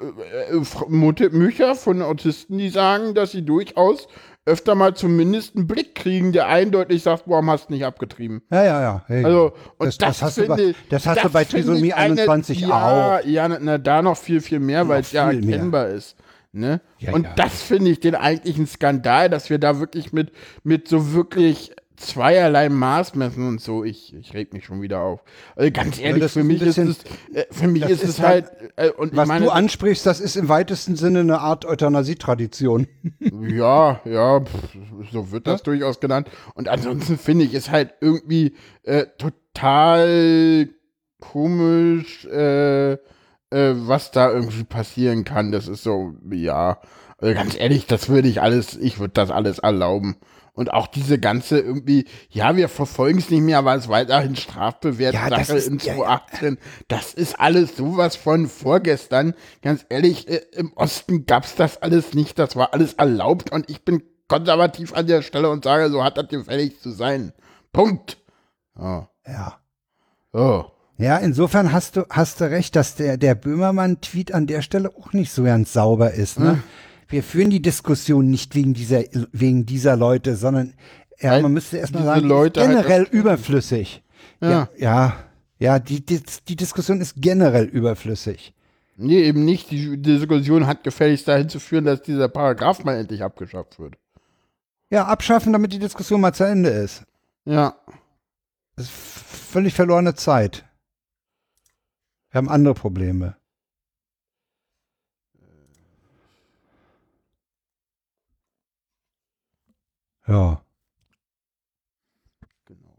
Mütter von Autisten, die sagen, dass sie durchaus öfter mal zumindest einen Blick kriegen, der eindeutig sagt, warum hast du nicht abgetrieben? Ja. Hey. Also, und das hast du bei Trisomie 21 auch. Ja, da noch viel, viel mehr, weil es ja erkennbar ist. Ne? Das finde ich den eigentlichen Skandal, dass wir da wirklich mit so wirklich zweierlei Maß messen und so. Ich reg mich schon wieder auf. Also ganz ehrlich, für mich ist es halt. Und was du ansprichst, das ist im weitesten Sinne eine Art Euthanasie-Tradition. Ja, so wird das durchaus genannt. Und ansonsten finde ich es halt irgendwie total komisch, was da irgendwie passieren kann. Das ist so, ja, also ganz ehrlich, ich würde das alles erlauben. Und auch diese ganze irgendwie, ja, wir verfolgen es nicht mehr, aber es weiterhin Strafbewehrt-Sache in 2018. Das ist alles sowas von vorgestern. Ganz ehrlich, im Osten gab's das alles nicht. Das war alles erlaubt und ich bin konservativ an der Stelle und sage, so hat das gefällig zu sein. Punkt. Oh. Ja. Oh. Ja, insofern hast du recht, dass der Böhmermann-Tweet an der Stelle auch nicht so ganz sauber ist, ne? Wir führen die Diskussion nicht wegen dieser Leute, sondern man müsste erstmal sagen, Leute generell überflüssig. Ja, die Diskussion ist generell überflüssig. Nee, eben nicht. Die Diskussion hat gefälligst dahin zu führen, dass dieser Paragraph mal endlich abgeschafft wird. Ja, abschaffen, damit die Diskussion mal zu Ende ist. Ja. Das ist völlig verlorene Zeit. Wir haben andere Probleme. Ja. Genau.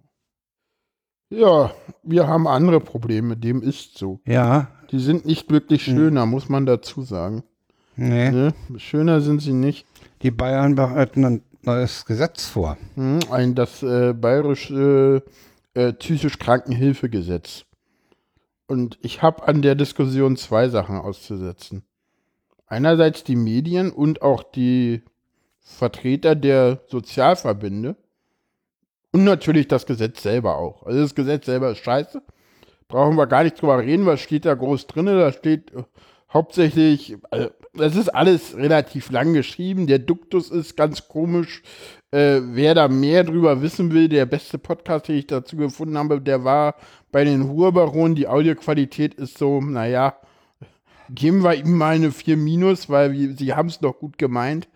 Ja, wir haben andere Probleme, dem ist so. Ja. Die sind nicht wirklich schöner, muss man dazu sagen. Nee. Ne? Schöner sind sie nicht. Die Bayern bereiten ein neues Gesetz vor. Das bayerische psychisch Krankenhilfegesetz. Und ich habe an der Diskussion zwei Sachen auszusetzen. Einerseits die Medien und auch die Vertreter der Sozialverbände und natürlich das Gesetz selber auch. Also das Gesetz selber ist scheiße. Brauchen wir gar nicht drüber reden, was steht da groß drin. Da steht hauptsächlich, also das ist alles relativ lang geschrieben. Der Duktus ist ganz komisch. Wer da mehr drüber wissen will, der beste Podcast, den ich dazu gefunden habe, der war bei den Ruhrbaronen. Die Audioqualität ist so, naja, geben wir ihm mal eine 4-, weil sie haben es doch gut gemeint.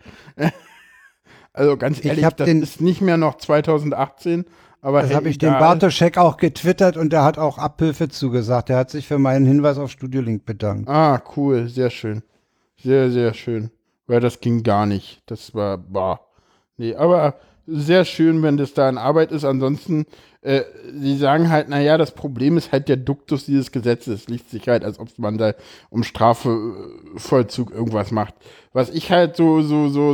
Also ganz ehrlich, das ist nicht mehr noch 2018. Aber das habe ich dem Bartoschek auch getwittert und der hat auch Abhilfe zugesagt. Der hat sich für meinen Hinweis auf Studiolink bedankt. Ah, cool, sehr schön. Sehr, sehr schön. Weil das ging gar nicht. Das war, nee, aber sehr schön, wenn das da in Arbeit ist. Ansonsten, sie sagen halt, naja, das Problem ist halt der Duktus dieses Gesetzes. Liest sich halt, als ob man da um Strafvollzug irgendwas macht. Was ich halt so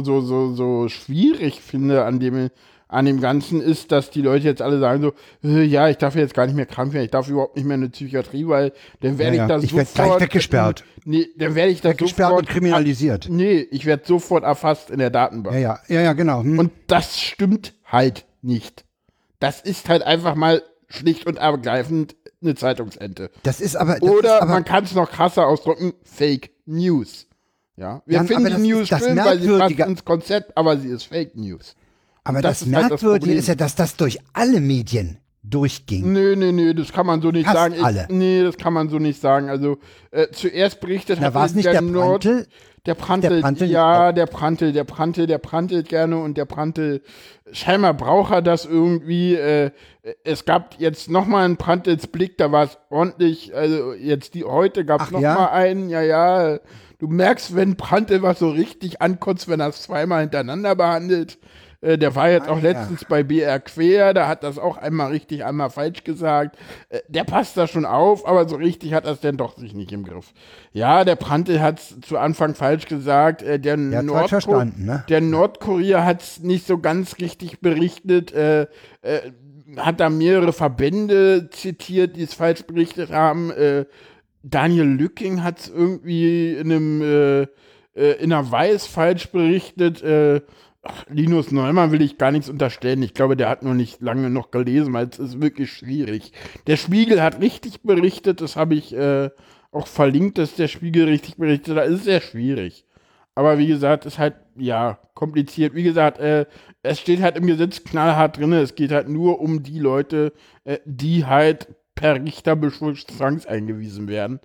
schwierig finde an dem Ganzen ist, dass die Leute jetzt alle sagen so, ja, ich darf jetzt gar nicht mehr krank werden, ich darf überhaupt nicht mehr in eine Psychiatrie, weil dann werde ich da sofort... Ich werde gleich weggesperrt. Nee, dann werde ich da weggesperrt und kriminalisiert. Nee, ich werde sofort erfasst in der Datenbank. Ja, genau. Und das stimmt halt nicht. Das ist halt einfach mal schlicht und ergreifend eine Zeitungsente. Man kann es noch krasser ausdrücken, Fake News. Ja, wir finden die News schön, weil sie passt ins Konzept, aber sie ist Fake News. Aber das Merkwürdige ist ja, dass das durch alle Medien durchging. Nö, das kann man so nicht sagen. Alle. Das kann man so nicht sagen. Also zuerst berichtet war es nicht der Prantl? Der prantelt gerne und der Prantl, scheinbar braucht er das irgendwie. Es gab jetzt nochmal einen Prantls Blick, da war es ordentlich, also heute gab es nochmal einen, ja. Du merkst, wenn Prantl was so richtig ankotzt, wenn er es zweimal hintereinander behandelt. Der war jetzt auch letztens bei BR Quer, da hat das auch einmal richtig, einmal falsch gesagt. Der passt da schon auf, aber so richtig hat er es denn doch sich nicht im Griff. Ja, der Prantl hat es zu Anfang falsch gesagt. Der Nordkurier hat es nicht so ganz richtig berichtet. Hat da mehrere Verbände zitiert, die es falsch berichtet haben. Daniel Lücking hat es irgendwie in einer Weiß falsch berichtet. Linus Neumann will ich gar nichts unterstellen. Ich glaube, der hat nur nicht lange noch gelesen, weil es ist wirklich schwierig. Der Spiegel hat richtig berichtet, das habe ich auch verlinkt, dass der Spiegel richtig berichtet hat. Es ist sehr schwierig. Aber wie gesagt, ist halt, kompliziert. Wie gesagt, es steht halt im Gesetz knallhart drin, es geht halt nur um die Leute, die halt per Richterbeschluss zwangseingewiesen werden.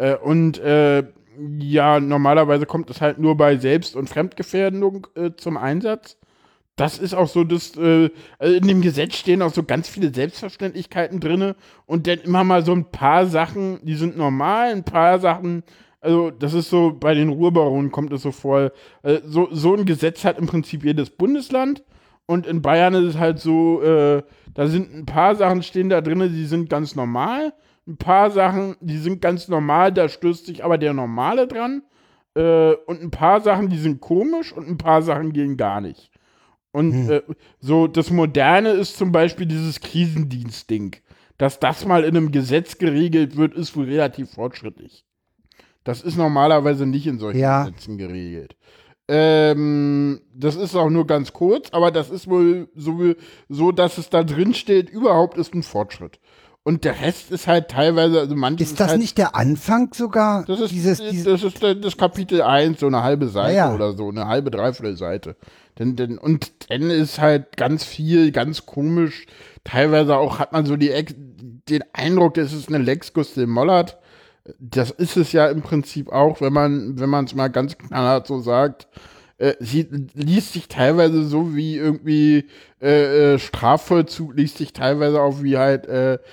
Normalerweise kommt es halt nur bei Selbst- und Fremdgefährdung zum Einsatz. Das ist auch so, in dem Gesetz stehen auch so ganz viele Selbstverständlichkeiten drin und dann immer mal so ein paar Sachen, die sind normal, ein paar Sachen, also das ist so, bei den Ruhrbaronen kommt es so vor, so ein Gesetz hat im Prinzip jedes Bundesland und in Bayern ist es halt so, da sind ein paar Sachen stehen da drin, die sind ganz normal. ein paar Sachen, die sind ganz normal, da stößt sich aber der Normale dran. Und ein paar Sachen, die sind komisch und ein paar Sachen gehen gar nicht. Und so das Moderne ist zum Beispiel dieses Krisendienst-Ding. Dass das mal in einem Gesetz geregelt wird, ist wohl relativ fortschrittlich. Das ist normalerweise nicht in solchen Gesetzen geregelt. Das ist auch nur ganz kurz, aber das ist wohl so, dass es da drin steht, überhaupt ist ein Fortschritt. Und der Rest ist halt teilweise, also manches ist das halt, nicht der Anfang sogar? Das ist das Kapitel 1, so eine halbe Seite oder so, eine halbe, dreiviertel Seite. Und dann ist halt ganz viel, ganz komisch. Teilweise auch hat man so den Eindruck, es ist eine Lex Gustl Mollert. Das ist es ja im Prinzip auch, wenn man es mal ganz knallhart so sagt. Sie liest sich teilweise so wie irgendwie Strafvollzug, liest sich teilweise auch wie halt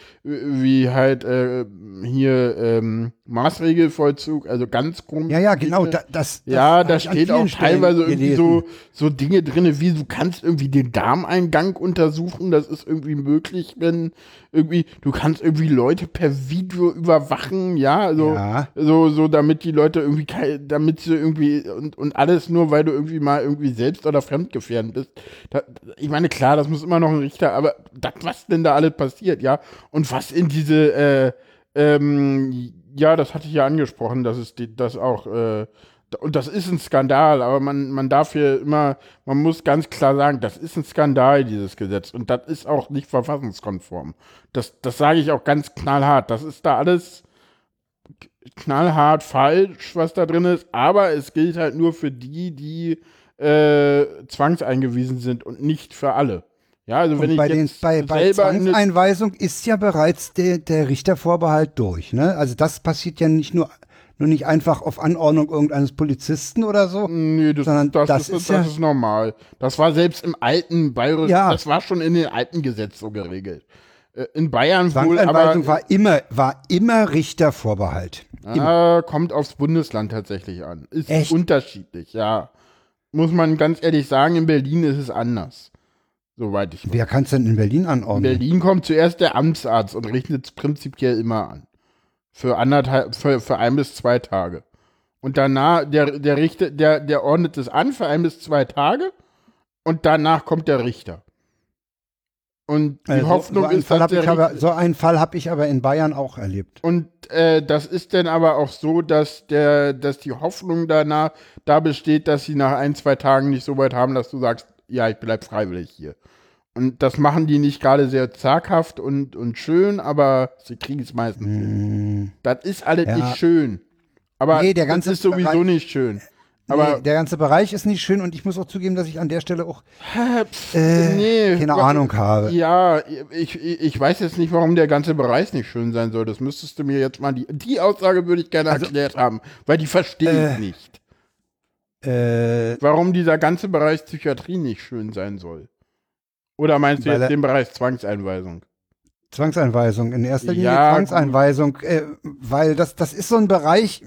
hier Maßregelvollzug, also ganz komisch. Ja, genau. Da steht auch teilweise irgendwie so Dinge drin, wie du kannst irgendwie den Darmeingang untersuchen, das ist irgendwie möglich, wenn irgendwie, du kannst irgendwie Leute per Video überwachen, so damit die Leute irgendwie, damit sie irgendwie und alles nur, weil du irgendwie mal irgendwie selbst oder fremdgefährdend bist. Ich meine, klar, das muss immer noch ein Richter, aber was denn da alles passiert, ja? Und was in diese, das hatte ich ja angesprochen, dass es das auch, und das ist ein Skandal, aber man darf hier immer, man muss ganz klar sagen, das ist ein Skandal, dieses Gesetz. Und das ist auch nicht verfassungskonform. Das sage ich auch ganz knallhart. Das ist da alles knallhart falsch, was da drin ist. Aber es gilt halt nur für die zwangseingewiesen sind und nicht für alle. Ja, also und wenn bei Zwangseinweisung ist ja bereits der Richtervorbehalt durch, ne? Also das passiert ja nur nicht einfach auf Anordnung irgendeines Polizisten oder so. Nee, das ist normal. Das war selbst im alten Bayerisch, das war schon in den alten Gesetz so geregelt. In Bayern wohl, aber war immer Richtervorbehalt. Kommt aufs Bundesland tatsächlich an. Ist echt unterschiedlich, ja. Muss man ganz ehrlich sagen, in Berlin ist es anders. Soweit ich weiß. Wer kann es denn in Berlin anordnen? In Berlin kommt zuerst der Amtsarzt und richtet es prinzipiell immer an. Für 1 bis 2 Tage. Und danach, der Richter, der ordnet es an für 1 bis 2 Tage und danach kommt der Richter. Und die Hoffnung ist, so einen Fall habe ich aber in Bayern auch erlebt. Und das ist dann aber auch so, dass die Hoffnung da besteht, dass sie nach 1, 2 Tagen nicht so weit haben, dass du sagst, ja, ich bleib freiwillig hier. Und das machen die nicht gerade sehr zaghaft und schön, aber sie kriegen es meistens hin. Das ist alles nicht schön. Aber das ist sowieso nicht schön. Aber der ganze Bereich ist nicht schön und ich muss auch zugeben, dass ich an der Stelle auch keine Ahnung habe. Ja, ich weiß jetzt nicht, warum der ganze Bereich nicht schön sein soll. Das müsstest du mir jetzt mal, die Aussage würde ich gerne erklärt haben, weil die verstehe ich nicht. Warum dieser ganze Bereich Psychiatrie nicht schön sein soll. Oder meinst du jetzt den Bereich Zwangseinweisung? Zwangseinweisung, in erster Linie Zwangseinweisung, weil das ist so ein Bereich,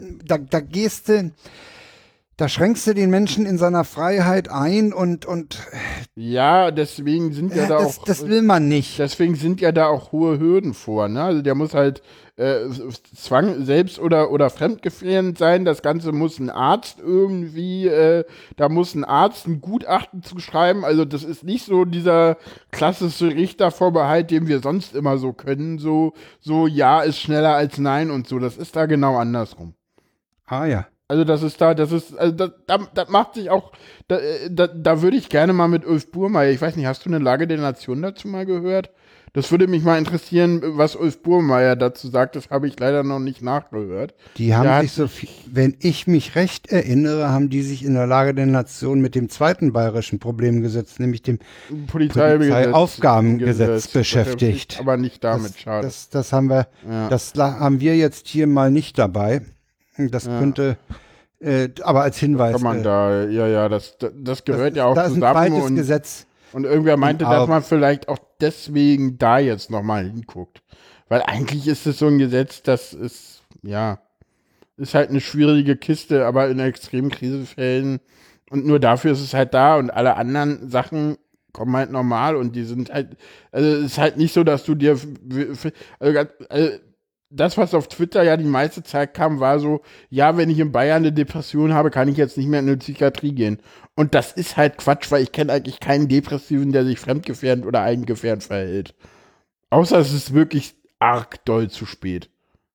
da schränkst du den Menschen in seiner Freiheit ein und ja, deswegen sind ja da auch das will man nicht. Deswegen sind ja da auch hohe Hürden vor, ne? Also der muss halt selbst oder fremdgefährdend sein. Das Ganze muss ein Arzt irgendwie, da muss ein Arzt ein Gutachten zu schreiben. Also das ist nicht so dieser klassische Richtervorbehalt, den wir sonst immer so können. So ja ist schneller als nein und so. Das ist da genau andersrum. Ah ja. Also das macht sich auch, da würde ich gerne mal mit Ulf Burmeier, ich weiß nicht, hast du eine Lage der Nation dazu mal gehört? Das würde mich mal interessieren, was Ulf Burmeier dazu sagt, das habe ich leider noch nicht nachgehört. Die haben wenn ich mich recht erinnere, haben die sich in der Lage der Nation mit dem zweiten bayerischen Problem gesetzt, nämlich dem Polizeiaufgabengesetz beschäftigt. Aber nicht damit, schade. Das haben wir jetzt hier mal nicht dabei. Das könnte, aber als Hinweis. Kann man das gehört ja auch da zusammen. Ist ein zweites Gesetz. Und irgendwer meinte, dass man vielleicht auch deswegen da jetzt nochmal hinguckt. Weil eigentlich ist es so ein Gesetz, das ist halt eine schwierige Kiste, aber in extremen Krisenfällen und nur dafür ist es halt da und alle anderen Sachen kommen halt normal und die sind halt, also es ist halt nicht so, dass du dir, das, was auf Twitter ja die meiste Zeit kam, war so, ja, wenn ich in Bayern eine Depression habe, kann ich jetzt nicht mehr in eine Psychiatrie gehen. Und das ist halt Quatsch, weil ich kenne eigentlich keinen Depressiven, der sich fremdgefährdend oder eigengefährdend verhält. Außer es ist wirklich arg doll zu spät.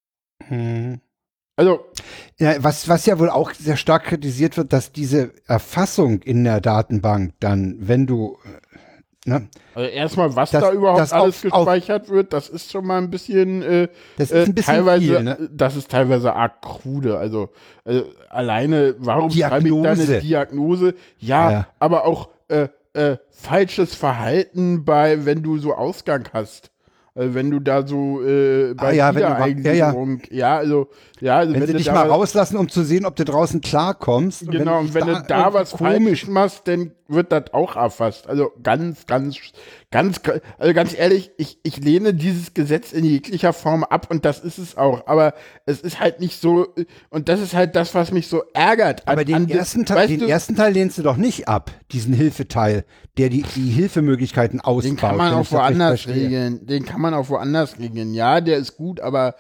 Also. Ja, was ja wohl auch sehr stark kritisiert wird, dass diese Erfassung in der Datenbank dann, wenn du Also erstmal, was da überhaupt alles gespeichert wird, das ist schon mal ein bisschen, das ist ein bisschen teilweise, viel, ne? Das ist teilweise arg krude. Also alleine, warum schreibe ich da eine Diagnose? Ja, aber auch falsches Verhalten wenn du so Ausgang hast. Wenn du da so bei Wiedereingliederung, also wenn sie dich mal rauslassen, um zu sehen, ob du draußen klarkommst. Genau, und wenn du da was komisch machst, dann wird das auch erfasst. Also ganz ehrlich, ich lehne dieses Gesetz in jeglicher Form ab und das ist es auch. Aber es ist halt nicht so, und das ist halt das, was mich so ärgert. Aber den ersten Teil lehnst du doch nicht ab, diesen Hilfeteil, der die Hilfemöglichkeiten ausbaut. Den kann man auch woanders regeln. Ja, der ist gut, aber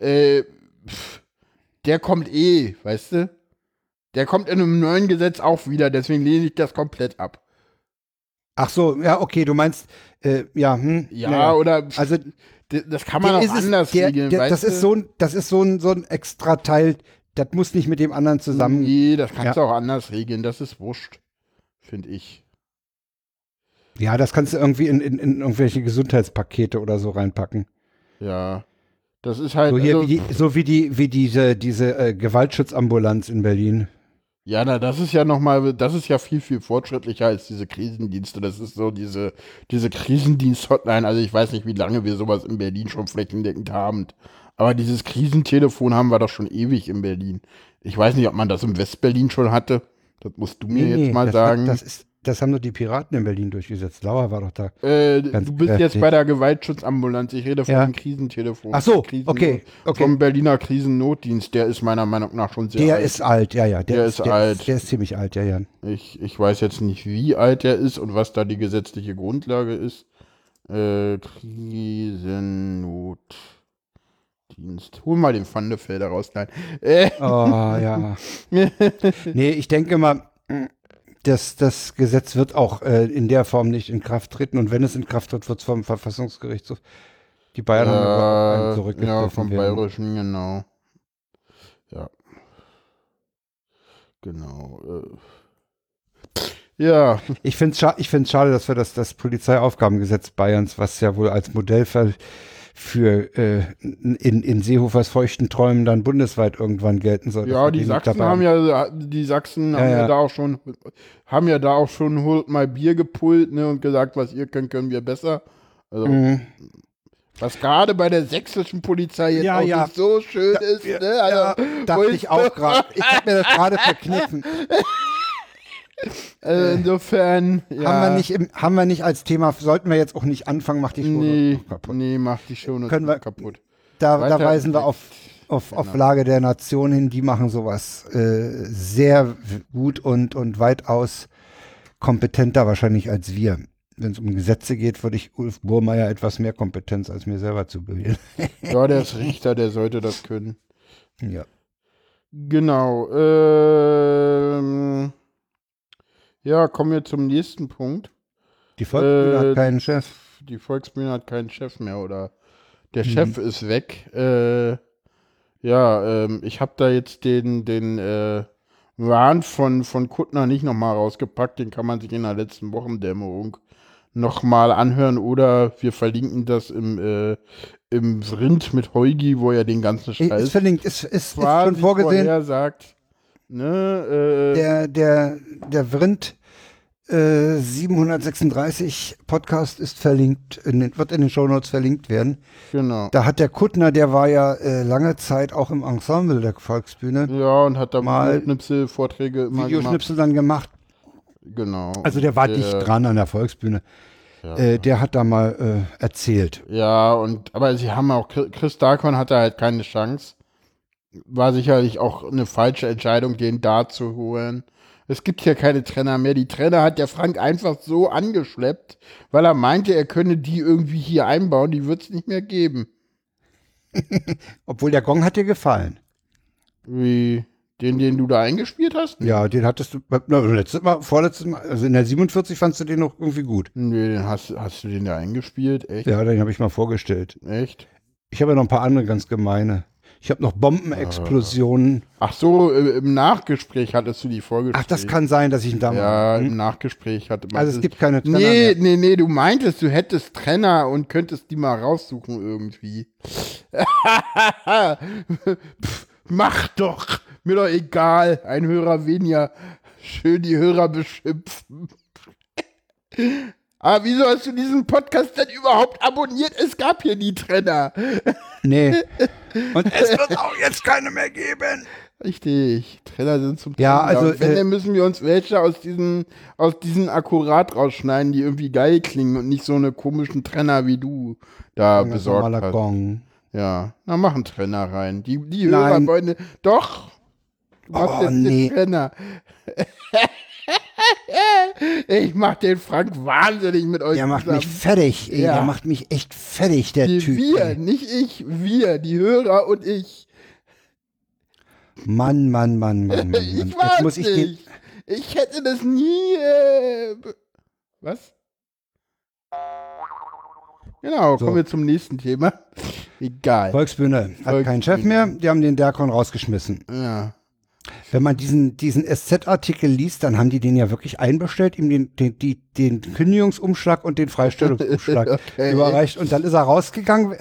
der kommt weißt du? Der kommt in einem neuen Gesetz auch wieder, deswegen lehne ich das komplett ab. Ach so, ja, okay, du meinst, oder, also, das kann man auch anders regeln, das ist so ein extra Teil, das muss nicht mit dem anderen zusammen. Nee, das kannst du auch anders regeln, das ist wurscht, finde ich. Ja, das kannst du irgendwie in irgendwelche Gesundheitspakete oder so reinpacken. Ja, das ist halt. So wie diese Gewaltschutzambulanz in Berlin. Ja, das ist ja viel, viel fortschrittlicher als diese Krisendienste. Das ist so diese Krisendienst-Hotline. Also ich weiß nicht, wie lange wir sowas in Berlin schon flächendeckend haben. Aber dieses Krisentelefon haben wir doch schon ewig in Berlin. Ich weiß nicht, ob man das in Westberlin schon hatte. Das musst du mir jetzt mal sagen. Das haben doch die Piraten in Berlin durchgesetzt. Lauer war doch da. Du bist jetzt bei der Gewaltschutzambulanz. Ich rede von dem Krisentelefon. Ach so, okay. Vom Berliner Krisennotdienst. Der ist meiner Meinung nach schon sehr alt. Der ist alt, ja. Der ist alt. Der ist ziemlich alt, ja. Ich weiß jetzt nicht, wie alt der ist und was da die gesetzliche Grundlage ist. Krisennotdienst. Hol mal den Pfandefelder raus. Nein. Ja. Nee, ich denke mal, das Gesetz wird auch in der Form nicht in Kraft treten. Und wenn es in Kraft tritt, wird es vom Verfassungsgerichtshof. Die Bayern haben einen zurückgegriffen. Ja, vom Bayerischen, genau. Ja. Genau. Ja. Ich finde es schade, dass wir das Polizeiaufgabengesetz Bayerns, was ja wohl als Modell für in Seehofers feuchten Träumen dann bundesweit irgendwann gelten soll. Ja, die Sachsen haben ja da auch schon Holt mal Bier gepult, ne, und gesagt, was ihr könnt, können wir besser. Also, was gerade bei der sächsischen Polizei jetzt nicht so schön ist, ne? Also, dachte ich auch gerade. Ich habe mir das gerade verkniffen. Insofern, haben wir nicht als Thema, sollten wir jetzt auch nicht anfangen, macht die Shownotes kaputt. Nee, macht die Shownotes kaputt. Da weisen wir auf Lage der Nation hin, die machen sowas sehr gut und weitaus kompetenter wahrscheinlich als wir. Wenn es um Gesetze geht, würde ich Ulf Burmeier etwas mehr Kompetenz als mir selber zubilligen. Ja, der ist Richter, der sollte das können. Ja. Genau. Ja, kommen wir zum nächsten Punkt. Die Volksbühne hat keinen Chef. Die Volksbühne hat keinen Chef mehr, oder der Chef ist weg. Ich habe da jetzt den Wahn von Kuttner nicht nochmal rausgepackt. Den kann man sich in der letzten Wochendämmerung nochmal anhören, oder wir verlinken das im Vrind mit Heugi, wo er den ganzen Scheiß ist verlinkt, ist schon vorgesehen. Er sagt, ne, der Vrind 736 Podcast ist verlinkt, wird in den Shownotes verlinkt werden. Genau. Da hat der Kuttner, der war ja lange Zeit auch im Ensemble der Volksbühne. Ja, und hat da mal Videoschnipsel-Vorträge immer Videoschnipsel dann gemacht. Genau. Also der war dicht dran an der Volksbühne. Ja. Der hat da mal erzählt. Ja, aber sie haben auch, Chris Darkon hatte halt keine Chance. War sicherlich auch eine falsche Entscheidung, den da zu holen. Es gibt hier keine Trainer mehr. Die Trainer hat der Frank einfach so angeschleppt, weil er meinte, er könne die irgendwie hier einbauen. Die wird es nicht mehr geben. Obwohl der Gong hat dir gefallen. Wie? Den du da eingespielt hast? Ja, den hattest du vorletztes Mal, also in der 47 fandst du den noch irgendwie gut. Nee, den hast du den da eingespielt? Echt? Ja, den habe ich mal vorgestellt. Echt? Ich habe ja noch ein paar andere ganz gemeine. Ich habe noch Bombenexplosionen. Ach so, im Nachgespräch hattest du die vorgestellt. Ach, das kann sein, dass ich ihn da Ja, im Nachgespräch hatte man. Also es gibt keine Trenner mehr. Nee, du meintest, du hättest Trenner und könntest die mal raussuchen irgendwie. Pff, mach doch! Mir doch egal. Ein Hörer weniger. Schön die Hörer beschimpfen. Aber wieso hast du diesen Podcast denn überhaupt abonniert? Es gab hier nie Trenner. Nee. Und es wird auch jetzt keine mehr geben. Richtig. Trenner sind zum Ja, Trennen. also, Wenn, dann müssen wir uns welche aus diesen akkurat rausschneiden, die irgendwie geil klingen und nicht so eine komischen Trenner wie du da besorgt hast. Gong. Ja, na mach einen Trenner rein. Die Hörer wollen. Doch! Du machst jetzt den Trenner. Ich mach den Frank wahnsinnig mit euch. Der macht mich fertig, ey. Der macht mich echt fertig, der Typ. Wir, ey. nicht ich, wir, die Hörer und ich. Mann. Ich weiß nicht. Ich hätte das nie. Was? Genau, kommen wir zum nächsten Thema. Egal. Volksbühne hat keinen Chef mehr. Die haben den Derkon rausgeschmissen. Ja. Wenn man diesen SZ-Artikel liest, dann haben die den ja wirklich einbestellt, ihm den Kündigungsumschlag und den Freistellungsumschlag überreicht. Und dann ist er rausgegangen,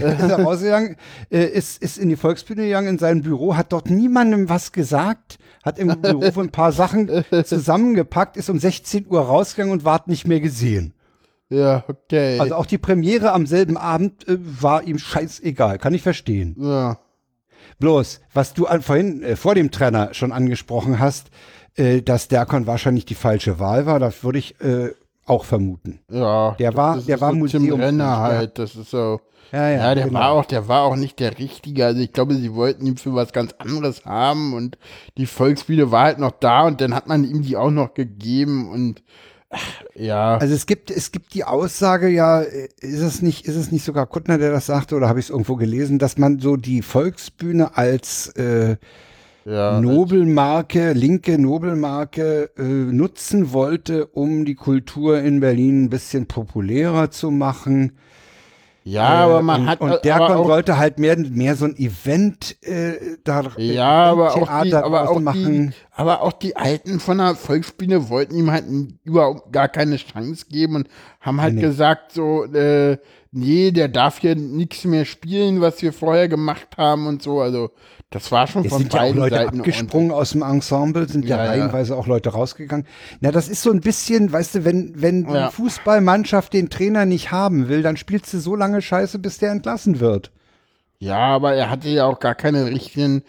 ist in die Volksbühne gegangen, in sein Büro, hat dort niemandem was gesagt, hat im Büro ein paar Sachen zusammengepackt, ist um 16 Uhr rausgegangen und ward nicht mehr gesehen. Ja, okay. Also auch die Premiere am selben Abend war ihm scheißegal, kann ich verstehen. Ja. Bloß, was du vorhin vor dem Trenner schon angesprochen hast, dass Derkon wahrscheinlich die falsche Wahl war, das würde ich auch vermuten. Ja, der war so Museum Renner halt, das ist so. Ja, der war auch nicht der Richtige. Also ich glaube, sie wollten ihn für was ganz anderes haben und die Volksbühne war halt noch da und dann hat man ihm die auch noch gegeben und ja. Also es gibt die Aussage, ja, ist es nicht sogar Kuttner, der das sagte, oder habe ich es irgendwo gelesen, dass man so die Volksbühne als Nobelmarke, linke Nobelmarke nutzen wollte, um die Kultur in Berlin ein bisschen populärer zu machen. Ja, aber man hat. Und Derkon wollte halt mehr so ein Event aber auch die Alten von der Volksbühne wollten ihm halt überhaupt gar keine Chance geben und haben halt gesagt so, nee, der darf hier nichts mehr spielen, was wir vorher gemacht haben und so. Also das war schon von beiden Leute Seiten abgesprungen aus dem Ensemble, sind reihenweise auch Leute rausgegangen. Na, das ist so ein bisschen, weißt du, wenn die Fußballmannschaft den Trainer nicht haben will, dann spielst du so lange Scheiße, bis der entlassen wird. Ja, aber er hatte ja auch gar keine richtigen,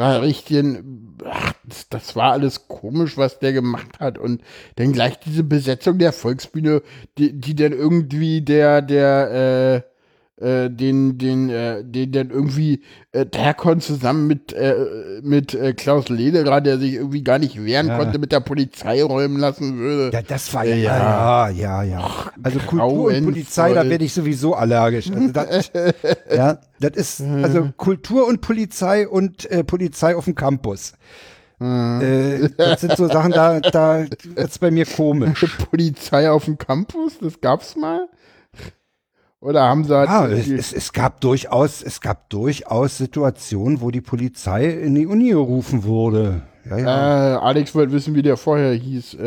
das war alles komisch, was der gemacht hat. Und dann gleich diese Besetzung der Volksbühne, die dann irgendwie den dann irgendwie Derkon zusammen mit Klaus Lederer, der sich irgendwie gar nicht wehren konnte, mit der Polizei räumen lassen würde. Ja, das war ja. Also Kultur und Polizei, da werde ich sowieso allergisch. Also das ist also Kultur und Polizei und Polizei auf dem Campus. Das sind so Sachen, da wird's bei mir komisch. Polizei auf dem Campus, das gab's mal? Oder haben sie halt es gab durchaus Situationen, wo die Polizei in die Uni gerufen wurde. Ja. Alex wollte wissen, wie der vorher hieß.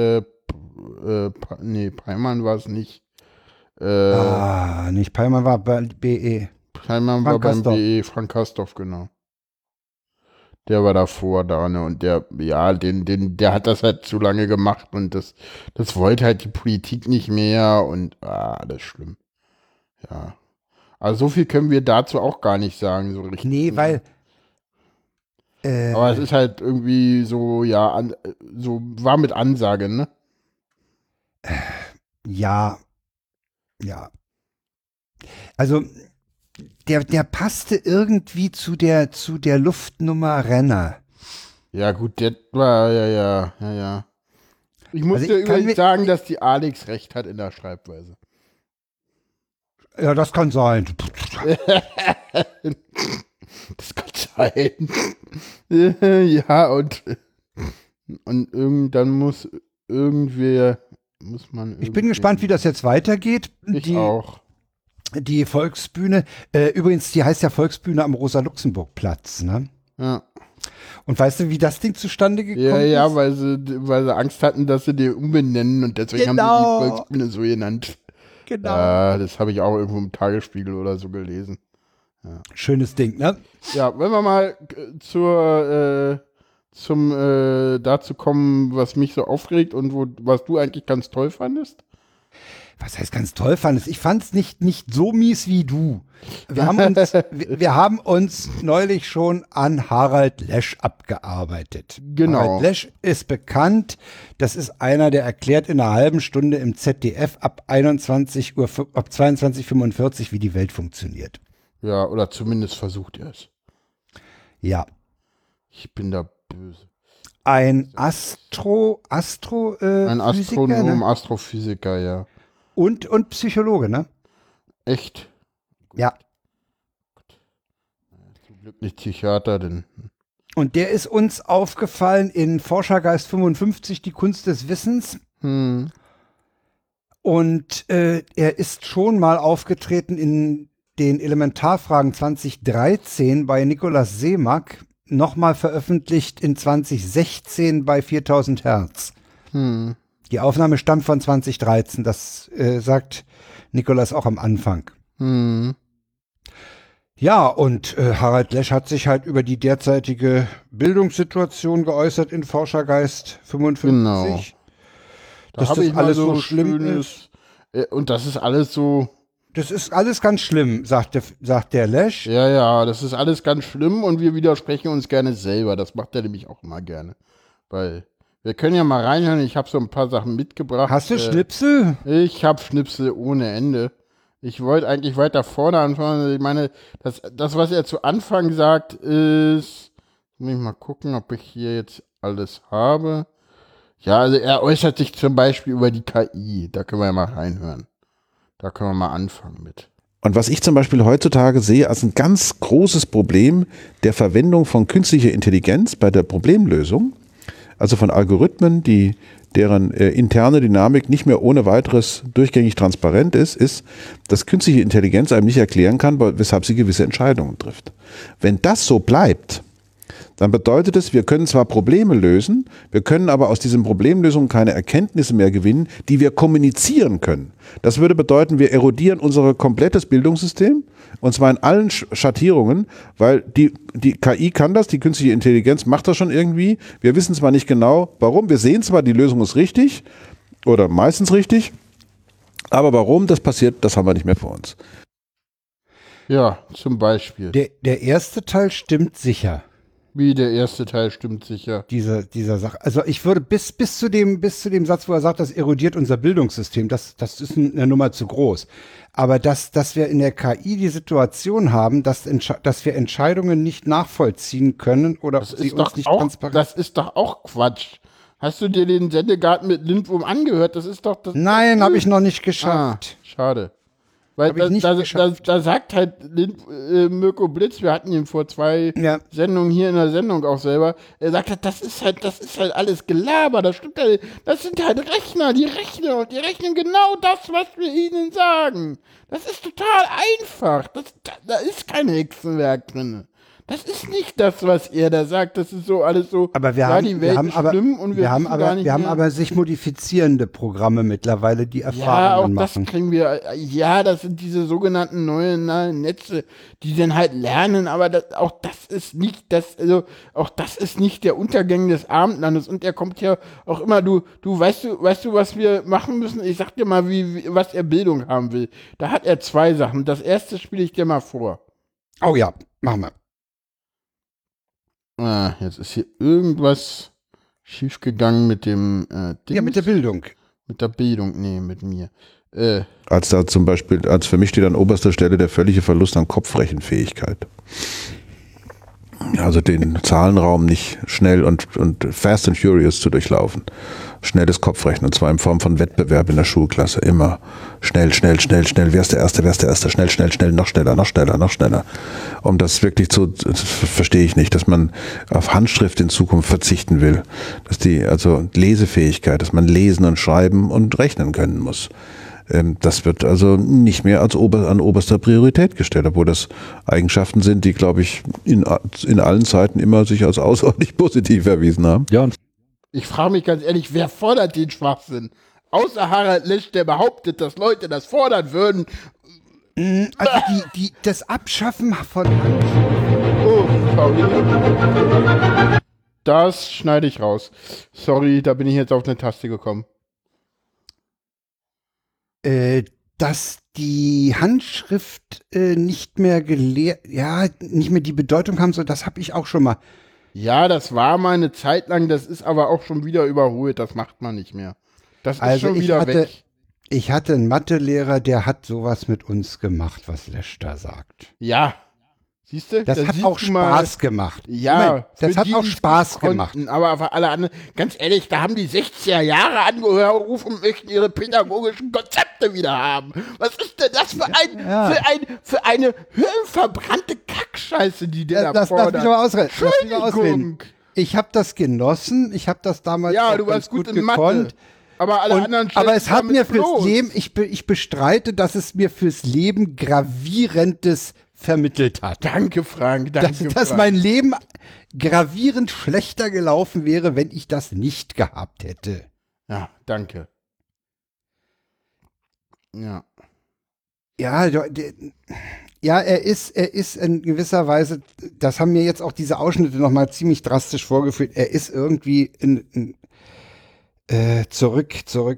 Peimann war es nicht. Nicht Peimann war bei BE. Peimann war beim BE, Frank Kastorf, genau. Der war davor da, ne? Und der hat das halt zu lange gemacht und das wollte halt die Politik nicht mehr und das ist schlimm. Ja. Also so viel können wir dazu auch gar nicht sagen, so richtig. Nee, weil aber es ist halt irgendwie so, so war mit Ansage, ne? Ja. Also der passte irgendwie zu der Luftnummer Renner. Ja gut, der war, ja. Ich muss dir übrigens sagen, dass die Alex recht hat in der Schreibweise. Ja, das kann sein. sein. Ja, und dann muss man. Ich bin gespannt, wie das jetzt weitergeht. Ich auch. Die Volksbühne, übrigens, die heißt ja Volksbühne am Rosa-Luxemburg-Platz, ne? Ja. Und weißt du, wie das Ding zustande gekommen ist? Ja, weil sie Angst hatten, dass sie die umbenennen und deswegen haben sie die Volksbühne so genannt. Genau. Das habe ich auch irgendwo im Tagesspiegel oder so gelesen. Ja. Schönes Ding, ne? Ja, wenn wir mal dazu kommen, was mich so aufregt und was du eigentlich ganz toll fandest. Was heißt ganz toll fandest? Ich fand es nicht so mies wie du. Wir haben uns neulich schon an Harald Lesch abgearbeitet. Genau. Harald Lesch ist bekannt. Das ist einer, der erklärt in einer halben Stunde im ZDF ab 22:45 Uhr, wie die Welt funktioniert. Ja, oder zumindest versucht er es. Ja. Ich bin da böse. Ein ein Astronom, Astronom, ne? Astrophysiker, ja. Und Psychologe, ne? Echt? Ja. Zum Glück nicht Psychiater, denn. Und der ist uns aufgefallen in Forschergeist 55, die Kunst des Wissens. Und er ist schon mal aufgetreten in den Elementarfragen 2013 bei Nikolaus Seemack, nochmal veröffentlicht in 2016 bei 4000 Hertz. Die Aufnahme stammt von 2013, das sagt Nikolaus auch am Anfang. Ja, und Harald Lesch hat sich halt über die derzeitige Bildungssituation geäußert in Forschergeist 55. Genau. Dass das alles so schlimm ist. Und das ist alles so. Das ist alles ganz schlimm, sagt der Lesch. Ja, das ist alles ganz schlimm und wir widersprechen uns gerne selber. Das macht er nämlich auch immer gerne. Weil wir können ja mal reinhören, ich habe so ein paar Sachen mitgebracht. Hast du Schnipsel? Ich habe Schnipsel ohne Ende. Ich wollte eigentlich weiter vorne anfangen. Ich meine, das, was er zu Anfang sagt, ist, muss ich mal gucken, ob ich hier jetzt alles habe. Ja, also er äußert sich zum Beispiel über die KI. Da können wir ja mal reinhören. Da können wir mal anfangen mit. Und was ich zum Beispiel heutzutage sehe als ein ganz großes Problem der Verwendung von künstlicher Intelligenz bei der Problemlösung, also von Algorithmen, deren interne Dynamik nicht mehr ohne weiteres durchgängig transparent ist, dass künstliche Intelligenz einem nicht erklären kann, weshalb sie gewisse Entscheidungen trifft. Wenn das so bleibt, dann bedeutet es, wir können zwar Probleme lösen, wir können aber aus diesen Problemlösungen keine Erkenntnisse mehr gewinnen, die wir kommunizieren können. Das würde bedeuten, wir erodieren unser komplettes Bildungssystem, und zwar in allen Schattierungen, weil die KI kann das, die künstliche Intelligenz macht das schon irgendwie. Wir wissen zwar nicht genau, warum, wir sehen zwar, die Lösung ist richtig oder meistens richtig, aber warum das passiert, das haben wir nicht mehr vor uns. Ja, zum Beispiel. Der erste Teil stimmt sicher. Wie, der erste Teil stimmt sicher. Dieser Sache. Also ich würde bis zu dem Satz, wo er sagt, das erodiert unser Bildungssystem, das ist eine Nummer zu groß. Aber dass wir in der KI die Situation haben, dass wir Entscheidungen nicht nachvollziehen können oder sie uns nicht transparent. Das ist doch auch Quatsch. Hast du dir den Sendegarten mit Lindwurm angehört? Das ist doch das. Nein, habe ich noch nicht geschafft. Schade. Weil da sagt halt Mirko Blitz, wir hatten ihn vor 2 Sendungen hier in der Sendung auch selber, er sagt halt, das ist halt alles Gelaber, das stimmt halt, das sind halt Rechner, die rechnen genau das, was wir ihnen sagen. Das ist total einfach, da ist kein Hexenwerk drin. Das ist nicht das, was er da sagt. Das ist so alles so. Aber wir haben aber sich modifizierende Programme mittlerweile, die Erfahrungen machen. Das kriegen wir. Ja, das sind diese sogenannten neuen Netze, die dann halt lernen. Aber auch das ist nicht der Untergang des Abendlandes. Und er kommt ja auch immer. Du weißt du, was wir machen müssen? Ich sag dir mal, was er Bildung haben will. Da hat er 2 Sachen. Das erste spiele ich dir mal vor. Oh ja, machen wir. Jetzt ist hier irgendwas schiefgegangen mit dem Dings. Ja, mit der Bildung. Mit der Bildung, nee, mit mir. Als für mich steht an oberster Stelle der völlige Verlust an Kopfrechenfähigkeit. Also den Zahlenraum nicht schnell und fast and furious zu durchlaufen. Schnelles Kopfrechnen, und zwar in Form von Wettbewerb in der Schulklasse. Immer schnell, schnell, schnell, schnell. Wer ist der Erste, schnell, schnell, schnell, noch schneller, noch schneller, noch schneller. Um das wirklich das verstehe ich nicht, dass man auf Handschrift in Zukunft verzichten will. Also Lesefähigkeit, dass man lesen und schreiben und rechnen können muss. Das wird also nicht mehr an oberster Priorität gestellt, obwohl das Eigenschaften sind, die, glaube ich, in allen Zeiten immer sich als außerordentlich positiv erwiesen haben. Ja, und ich frage mich ganz ehrlich, wer fordert den Schwachsinn? Außer Harald Lesch, der behauptet, dass Leute das fordern würden. Also das Abschaffen von... Oh, sorry. Das schneide ich raus. Sorry, da bin ich jetzt auf eine Taste gekommen. Dass die Handschrift nicht mehr nicht mehr die Bedeutung haben soll, das habe ich auch schon mal. Ja, das war mal eine Zeit lang, das ist aber auch schon wieder überholt, das macht man nicht mehr. Das ist schon wieder weg. Ich hatte einen Mathelehrer, der hat sowas mit uns gemacht, was Lesch da sagt. Ja. Siehst du? Das hat auch Spaß gemacht. Ja, Moment, das hat auch Spaß gemacht. Aber für alle anderen, ganz ehrlich, da haben die 60er Jahre angerufen und möchten ihre pädagogischen Konzepte wieder haben. Was ist denn das für eine hirnverbrannte Kackscheiße, die der da fordert? Lass mich mal ausreden. Ich habe das genossen, ich habe das damals du warst gut in Mathe. Aber alle anderen aber es hat mir fürs Leben, ich bestreite, dass es mir fürs Leben gravierendes vermittelt hat. Danke, Frank. Dass mein Leben gravierend schlechter gelaufen wäre, wenn ich das nicht gehabt hätte. Ja, danke. Ja. Ja, er ist in gewisser Weise, das haben mir jetzt auch diese Ausschnitte nochmal ziemlich drastisch vorgeführt, er ist irgendwie zurück.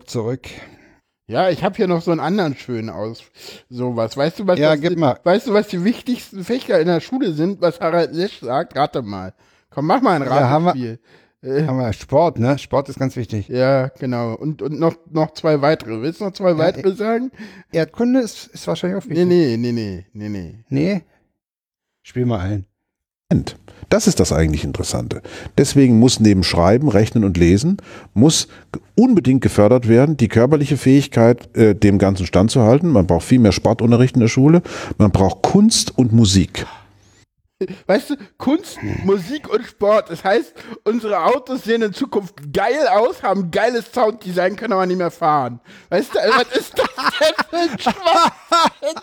Ja, ich habe hier noch so einen anderen schönen sowas. Weißt du, was was die wichtigsten Fächer in der Schule sind, was Harald Lesch sagt? Rate mal. Komm, mach mal ein Ratespiel. Haben wir Sport, ne? Sport ist ganz wichtig. Ja, genau. Und noch zwei weitere. Willst du noch zwei weitere sagen? Erdkunde ist wahrscheinlich auch wichtig. Nee. Nee? Spiel mal ein. Das ist das eigentlich Interessante. Deswegen muss neben Schreiben, Rechnen und Lesen muss unbedingt gefördert werden, die körperliche Fähigkeit, dem Ganzen standzuhalten. Man braucht viel mehr Sportunterricht in der Schule. Man braucht Kunst und Musik. Weißt du, Kunst, Musik und Sport. Das heißt, unsere Autos sehen in Zukunft geil aus, haben geiles Sounddesign, können aber nicht mehr fahren. Weißt du, was ist das denn für ein Schwachsinn?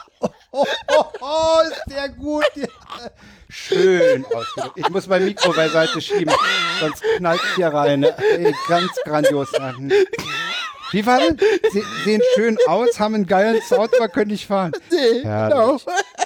Ist der gut. Schön ausgedrückt. Ich muss mein Mikro beiseite schieben, sonst knallt es hier rein. Ganz grandios. Wie war das? Sie sehen schön aus, haben einen geilen Sound, aber können nicht fahren. Nee, genau.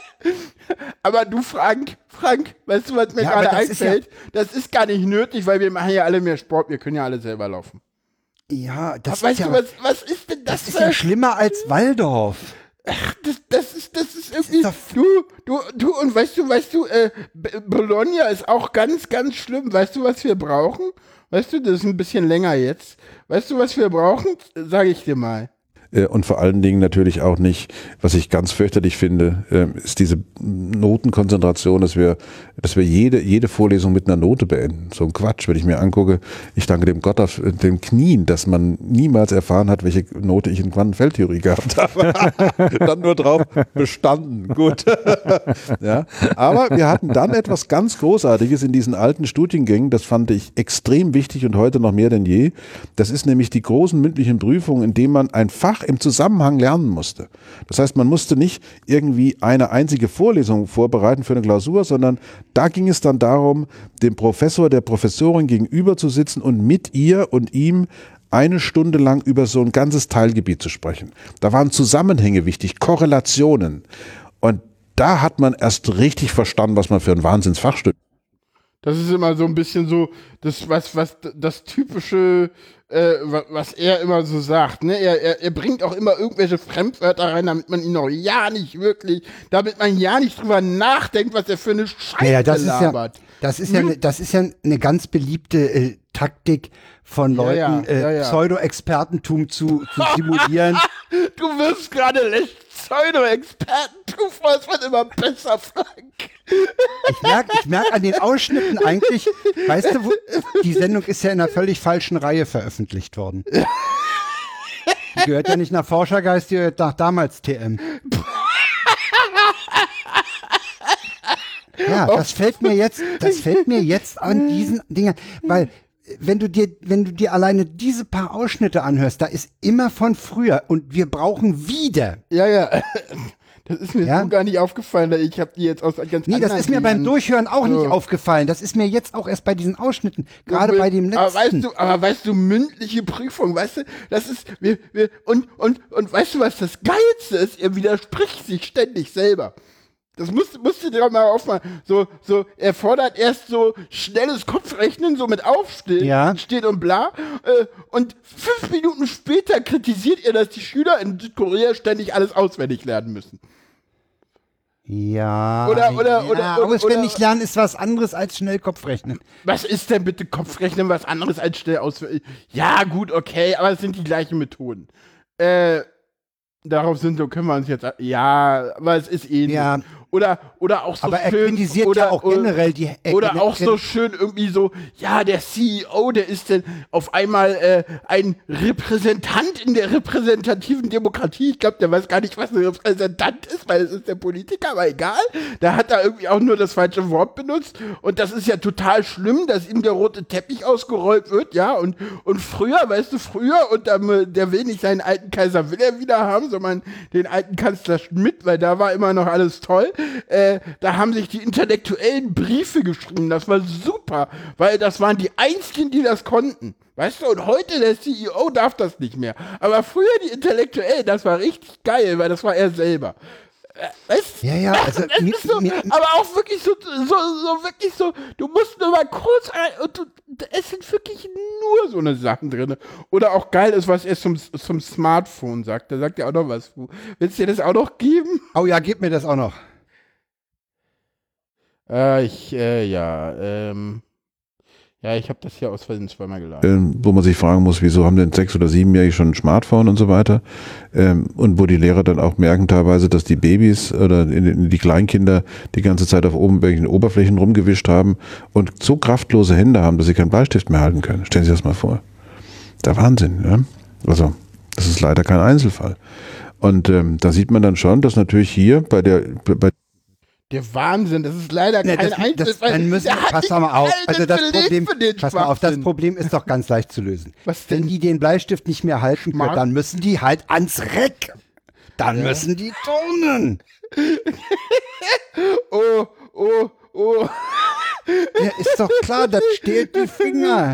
Aber du, Frank, weißt du, was mir gerade einfällt? Das ist gar nicht nötig, weil wir machen ja alle mehr Sport, wir können ja alle selber laufen. Ja, das weißt du, was ist denn das? Das ist ja schlimmer als Waldorf. Ach, das ist irgendwie, du, und weißt du, Bologna ist auch ganz, ganz schlimm. Weißt du, was wir brauchen? Weißt du, das ist ein bisschen länger jetzt. Weißt du, was wir brauchen? Sag ich dir mal. Und vor allen Dingen natürlich auch nicht, was ich ganz fürchterlich finde, ist diese Notenkonzentration, dass wir jede Vorlesung mit einer Note beenden. So ein Quatsch, wenn ich mir angucke, ich danke dem Gott auf den Knien, dass man niemals erfahren hat, welche Note ich in Quantenfeldtheorie gehabt habe. Dann nur drauf bestanden. Gut. Ja. Aber wir hatten dann etwas ganz Großartiges in diesen alten Studiengängen, das fand ich extrem wichtig und heute noch mehr denn je. Das ist nämlich die großen mündlichen Prüfungen, in denen man ein Fach im Zusammenhang lernen musste. Das heißt, man musste nicht irgendwie eine einzige Vorlesung vorbereiten für eine Klausur, sondern da ging es dann darum, dem Professor, der Professorin gegenüber zu sitzen und mit ihr und ihm eine Stunde lang über so ein ganzes Teilgebiet zu sprechen. Da waren Zusammenhänge wichtig, Korrelationen. Und da hat man erst richtig verstanden, was man für ein Wahnsinnsfach studiert. Das ist immer so ein bisschen so, das das typische, was er immer so sagt, ne? Er bringt auch immer irgendwelche Fremdwörter rein, damit man ihn noch damit man ja nicht drüber nachdenkt, was er für eine Scheiße labert. Das ist ja eine ganz beliebte Taktik von Leuten, Pseudo-Expertentum zu simulieren. Du wirst gerade Pseudo-Experten. Du weißt man immer besser, Frank. Ich merk an den Ausschnitten eigentlich, weißt du, die Sendung ist ja in einer völlig falschen Reihe veröffentlicht worden. Die gehört ja nicht nach Forschergeist, die gehört nach damals TM. Ja, das fällt mir jetzt an diesen Dingen, weil wenn du dir alleine diese paar Ausschnitte anhörst, da ist immer von früher und wir brauchen wieder. Ja. Das ist mir so gar nicht aufgefallen. Ich habe die jetzt aus ganz Nee, das ist mir beim Durchhören auch nicht aufgefallen. Das ist mir jetzt auch erst bei diesen Ausschnitten, gerade bei dem letzten. Aber weißt du, mündliche Prüfung, weißt du, das ist, und weißt du, was das Geilste ist? Er widerspricht sich ständig selber. Das musst du dir doch mal aufmachen. So, er fordert erst so schnelles Kopfrechnen, so mit Aufstehen, steht und bla. Und 5 Minuten später kritisiert er, dass die Schüler in Südkorea ständig alles auswendig lernen müssen. Ja. Oder auswendig lernen ist was anderes als schnell Kopfrechnen. Was ist denn bitte Kopfrechnen was anderes als schnell auswendig? Ja, gut, okay, aber es sind die gleichen Methoden. Darauf können wir uns jetzt. Ja, aber es ist ähnlich. Ja. Oder auch so aber schön. Aber er kritisiert ja auch generell die. Oder auch so schön irgendwie so, ja, der CEO, der ist denn auf einmal ein Repräsentant in der repräsentativen Demokratie. Ich glaube, der weiß gar nicht, was ein Repräsentant ist, weil es ist der Politiker, aber egal. Da hat er irgendwie auch nur das falsche Wort benutzt. Und das ist ja total schlimm, dass ihm der rote Teppich ausgerollt wird, ja. Und früher, weißt du, und der will nicht seinen alten Kaiser Wilhelm wieder haben, sondern den alten Kanzler Schmidt, weil da war immer noch alles toll. Da haben sich die Intellektuellen Briefe geschrieben. Das war super, weil das waren die Einzigen, die das konnten. Weißt du, und heute der CEO darf das nicht mehr. Aber früher die Intellektuellen, das war richtig geil, weil das war er selber. Weißt? Ja, also aber auch wirklich so, du musst nur mal kurz es sind wirklich nur so eine Sachen drin. Oder auch geil ist, was er zum Smartphone sagt. Da sagt er auch noch was. Willst du dir das auch noch geben? Oh ja, gib mir das auch noch. Ich habe das hier aus Versehen zweimal geladen. Wo man sich fragen muss, wieso haben denn 6- oder 7-Jährige schon ein Smartphone und so weiter? Und wo die Lehrer dann auch merken teilweise, dass die Babys oder die Kleinkinder die ganze Zeit auf irgendwelchen Oberflächen rumgewischt haben und so kraftlose Hände haben, dass sie keinen Bleistift mehr halten können. Stellen Sie sich das mal vor. Der Wahnsinn, ja? Also, das ist leider kein Einzelfall. Und da sieht man dann schon, dass natürlich hier bei der Wahnsinn, das ist leider kein Einzelfall. Pass mal auf, also das Problem ist doch ganz leicht zu lösen. Wenn die den Bleistift nicht mehr halten können, dann müssen die halt ans Reck. Dann müssen die turnen. Oh. Ja, ist doch klar, das stählt die Finger.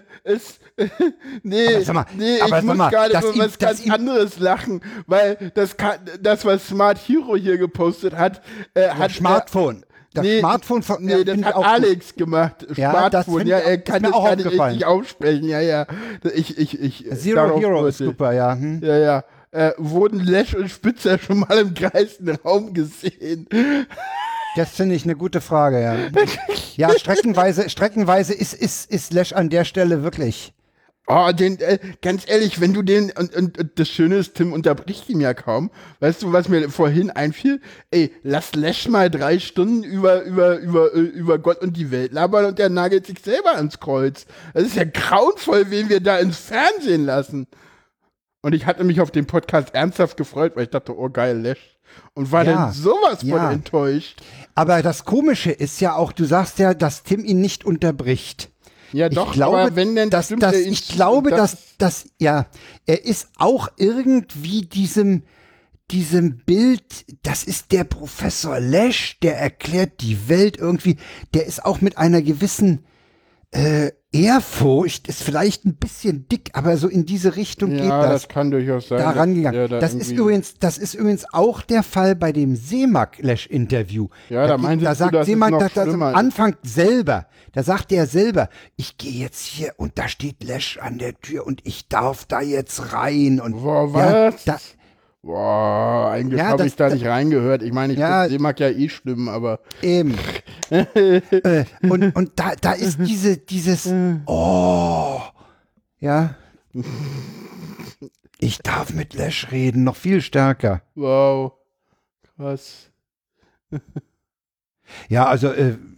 Ich muss gerade über was ganz anderes lachen, weil das, was Smart Hero hier gepostet hat, hat Smartphone. Smartphone von mir. Das hat Alex gemacht. Smartphone, er kann das gar nicht richtig aussprechen. Ja. Zero Hero ist super, ja. Ja. Wurden Lesch und Spitzer schon mal im kreisenden Raum gesehen? Das finde ich eine gute Frage, ja. Ja, streckenweise ist Lesch an der Stelle wirklich. Oh, ganz ehrlich, wenn du und das Schöne ist, Tim unterbricht ihn ja kaum. Weißt du, was mir vorhin einfiel? Ey, lass Lesch mal 3 Stunden über Gott und die Welt labern und der nagelt sich selber ans Kreuz. Das ist ja grauenvoll, wen wir da ins Fernsehen lassen. Und ich hatte mich auf den Podcast ernsthaft gefreut, weil ich dachte, oh geil, Lesch. Und war dann sowas von enttäuscht. Aber das Komische ist ja auch, du sagst ja, dass Tim ihn nicht unterbricht. Ja, doch, aber wenn denn er ist auch irgendwie diesem Bild, das ist der Professor Lesch, der erklärt die Welt irgendwie, der ist auch mit einer gewissen Ehrfurcht, ist vielleicht ein bisschen dick, aber so in diese Richtung geht das. Ja, das kann durchaus sein. Da rangegangen. Das ist übrigens auch der Fall bei dem Seemack-Lesch-Interview. Ja, da sagt Seemack am Anfang selber, da sagt er selber, ich gehe jetzt hier und da steht Lesch an der Tür und ich darf da jetzt rein. Und was? Eigentlich habe ich da nicht reingehört. Ich meine, ich finde Seemack ja schlimm, aber. Eben. und da ist dieses ja. Ich darf mit Lesch reden, noch viel stärker. Wow. Krass. Ja, also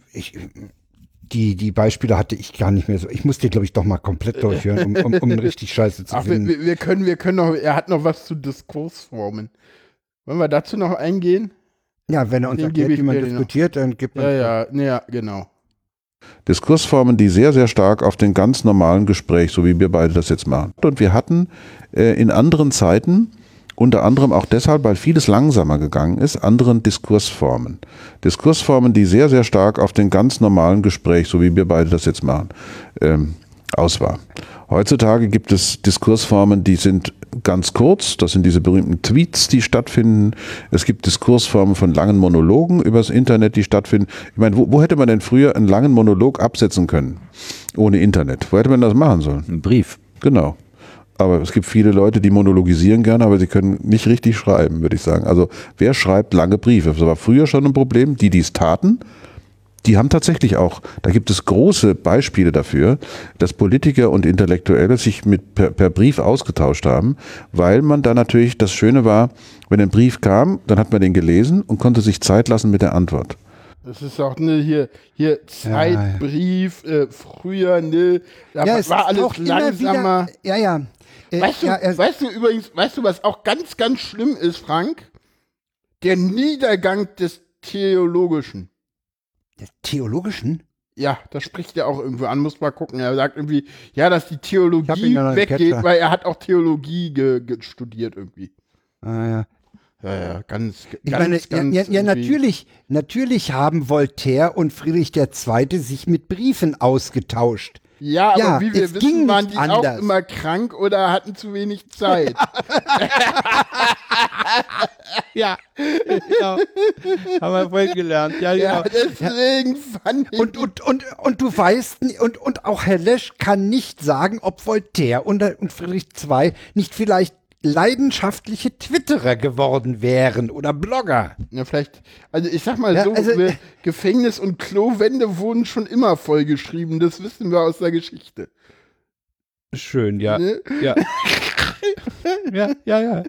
die Beispiele hatte ich gar nicht mehr so. Ich musste, glaube ich, doch mal komplett durchhören, um richtig Scheiße zu finden. Wir können noch, er hat noch was zu Diskursformen. Wollen wir dazu noch eingehen? Ja, wenn er uns erklärt, wie man diskutiert, dann gibt man... Ja, genau. Diskursformen, die sehr, sehr stark auf den ganz normalen Gespräch, so wie wir beide das jetzt machen. Und wir hatten in anderen Zeiten, unter anderem auch deshalb, weil vieles langsamer gegangen ist, anderen Diskursformen. Diskursformen, die sehr, sehr stark auf den ganz normalen Gespräch, so wie wir beide das jetzt machen, aus war. Heutzutage gibt es Diskursformen, die sind ganz kurz, das sind diese berühmten Tweets, die stattfinden. Es gibt Diskursformen von langen Monologen übers Internet, die stattfinden. Ich meine, wo hätte man denn früher einen langen Monolog absetzen können? Ohne Internet. Wo hätte man das machen sollen? Ein Brief. Genau. Aber es gibt viele Leute, die monologisieren gerne, aber sie können nicht richtig schreiben, würde ich sagen. Also wer schreibt lange Briefe? Das war früher schon ein Problem. Die es taten, die haben tatsächlich auch, da gibt es große Beispiele dafür, dass Politiker und Intellektuelle sich per Brief ausgetauscht haben, weil man da natürlich, das Schöne war, wenn ein Brief kam, dann hat man den gelesen und konnte sich Zeit lassen mit der Antwort. Das ist auch hier Zeitbrief, früher, da war alles langsamer. Weißt du übrigens, was auch ganz, ganz schlimm ist, Frank? Der Niedergang des Theologischen. Des Theologischen? Ja, das spricht er auch irgendwo an, muss mal gucken. Er sagt irgendwie, ja, dass die Theologie weggeht, weil er hat auch Theologie studiert irgendwie. Ah ja. Ja, ganz. Natürlich haben Voltaire und Friedrich II. Sich mit Briefen ausgetauscht. Ja, aber wie wir wissen, waren die auch immer krank oder hatten zu wenig Zeit. Ja, genau. Haben wir vorhin gelernt. Ja, genau. Ja, deswegen fand ich... Und du weißt, und auch Herr Lesch kann nicht sagen, ob Voltaire und Friedrich II. nicht vielleicht leidenschaftliche Twitterer geworden wären oder Blogger. Ja, vielleicht, also ich sag mal Gefängnis- und Klowände wurden schon immer vollgeschrieben, das wissen wir aus der Geschichte. Schön, ja. Ne? Ja. Ja.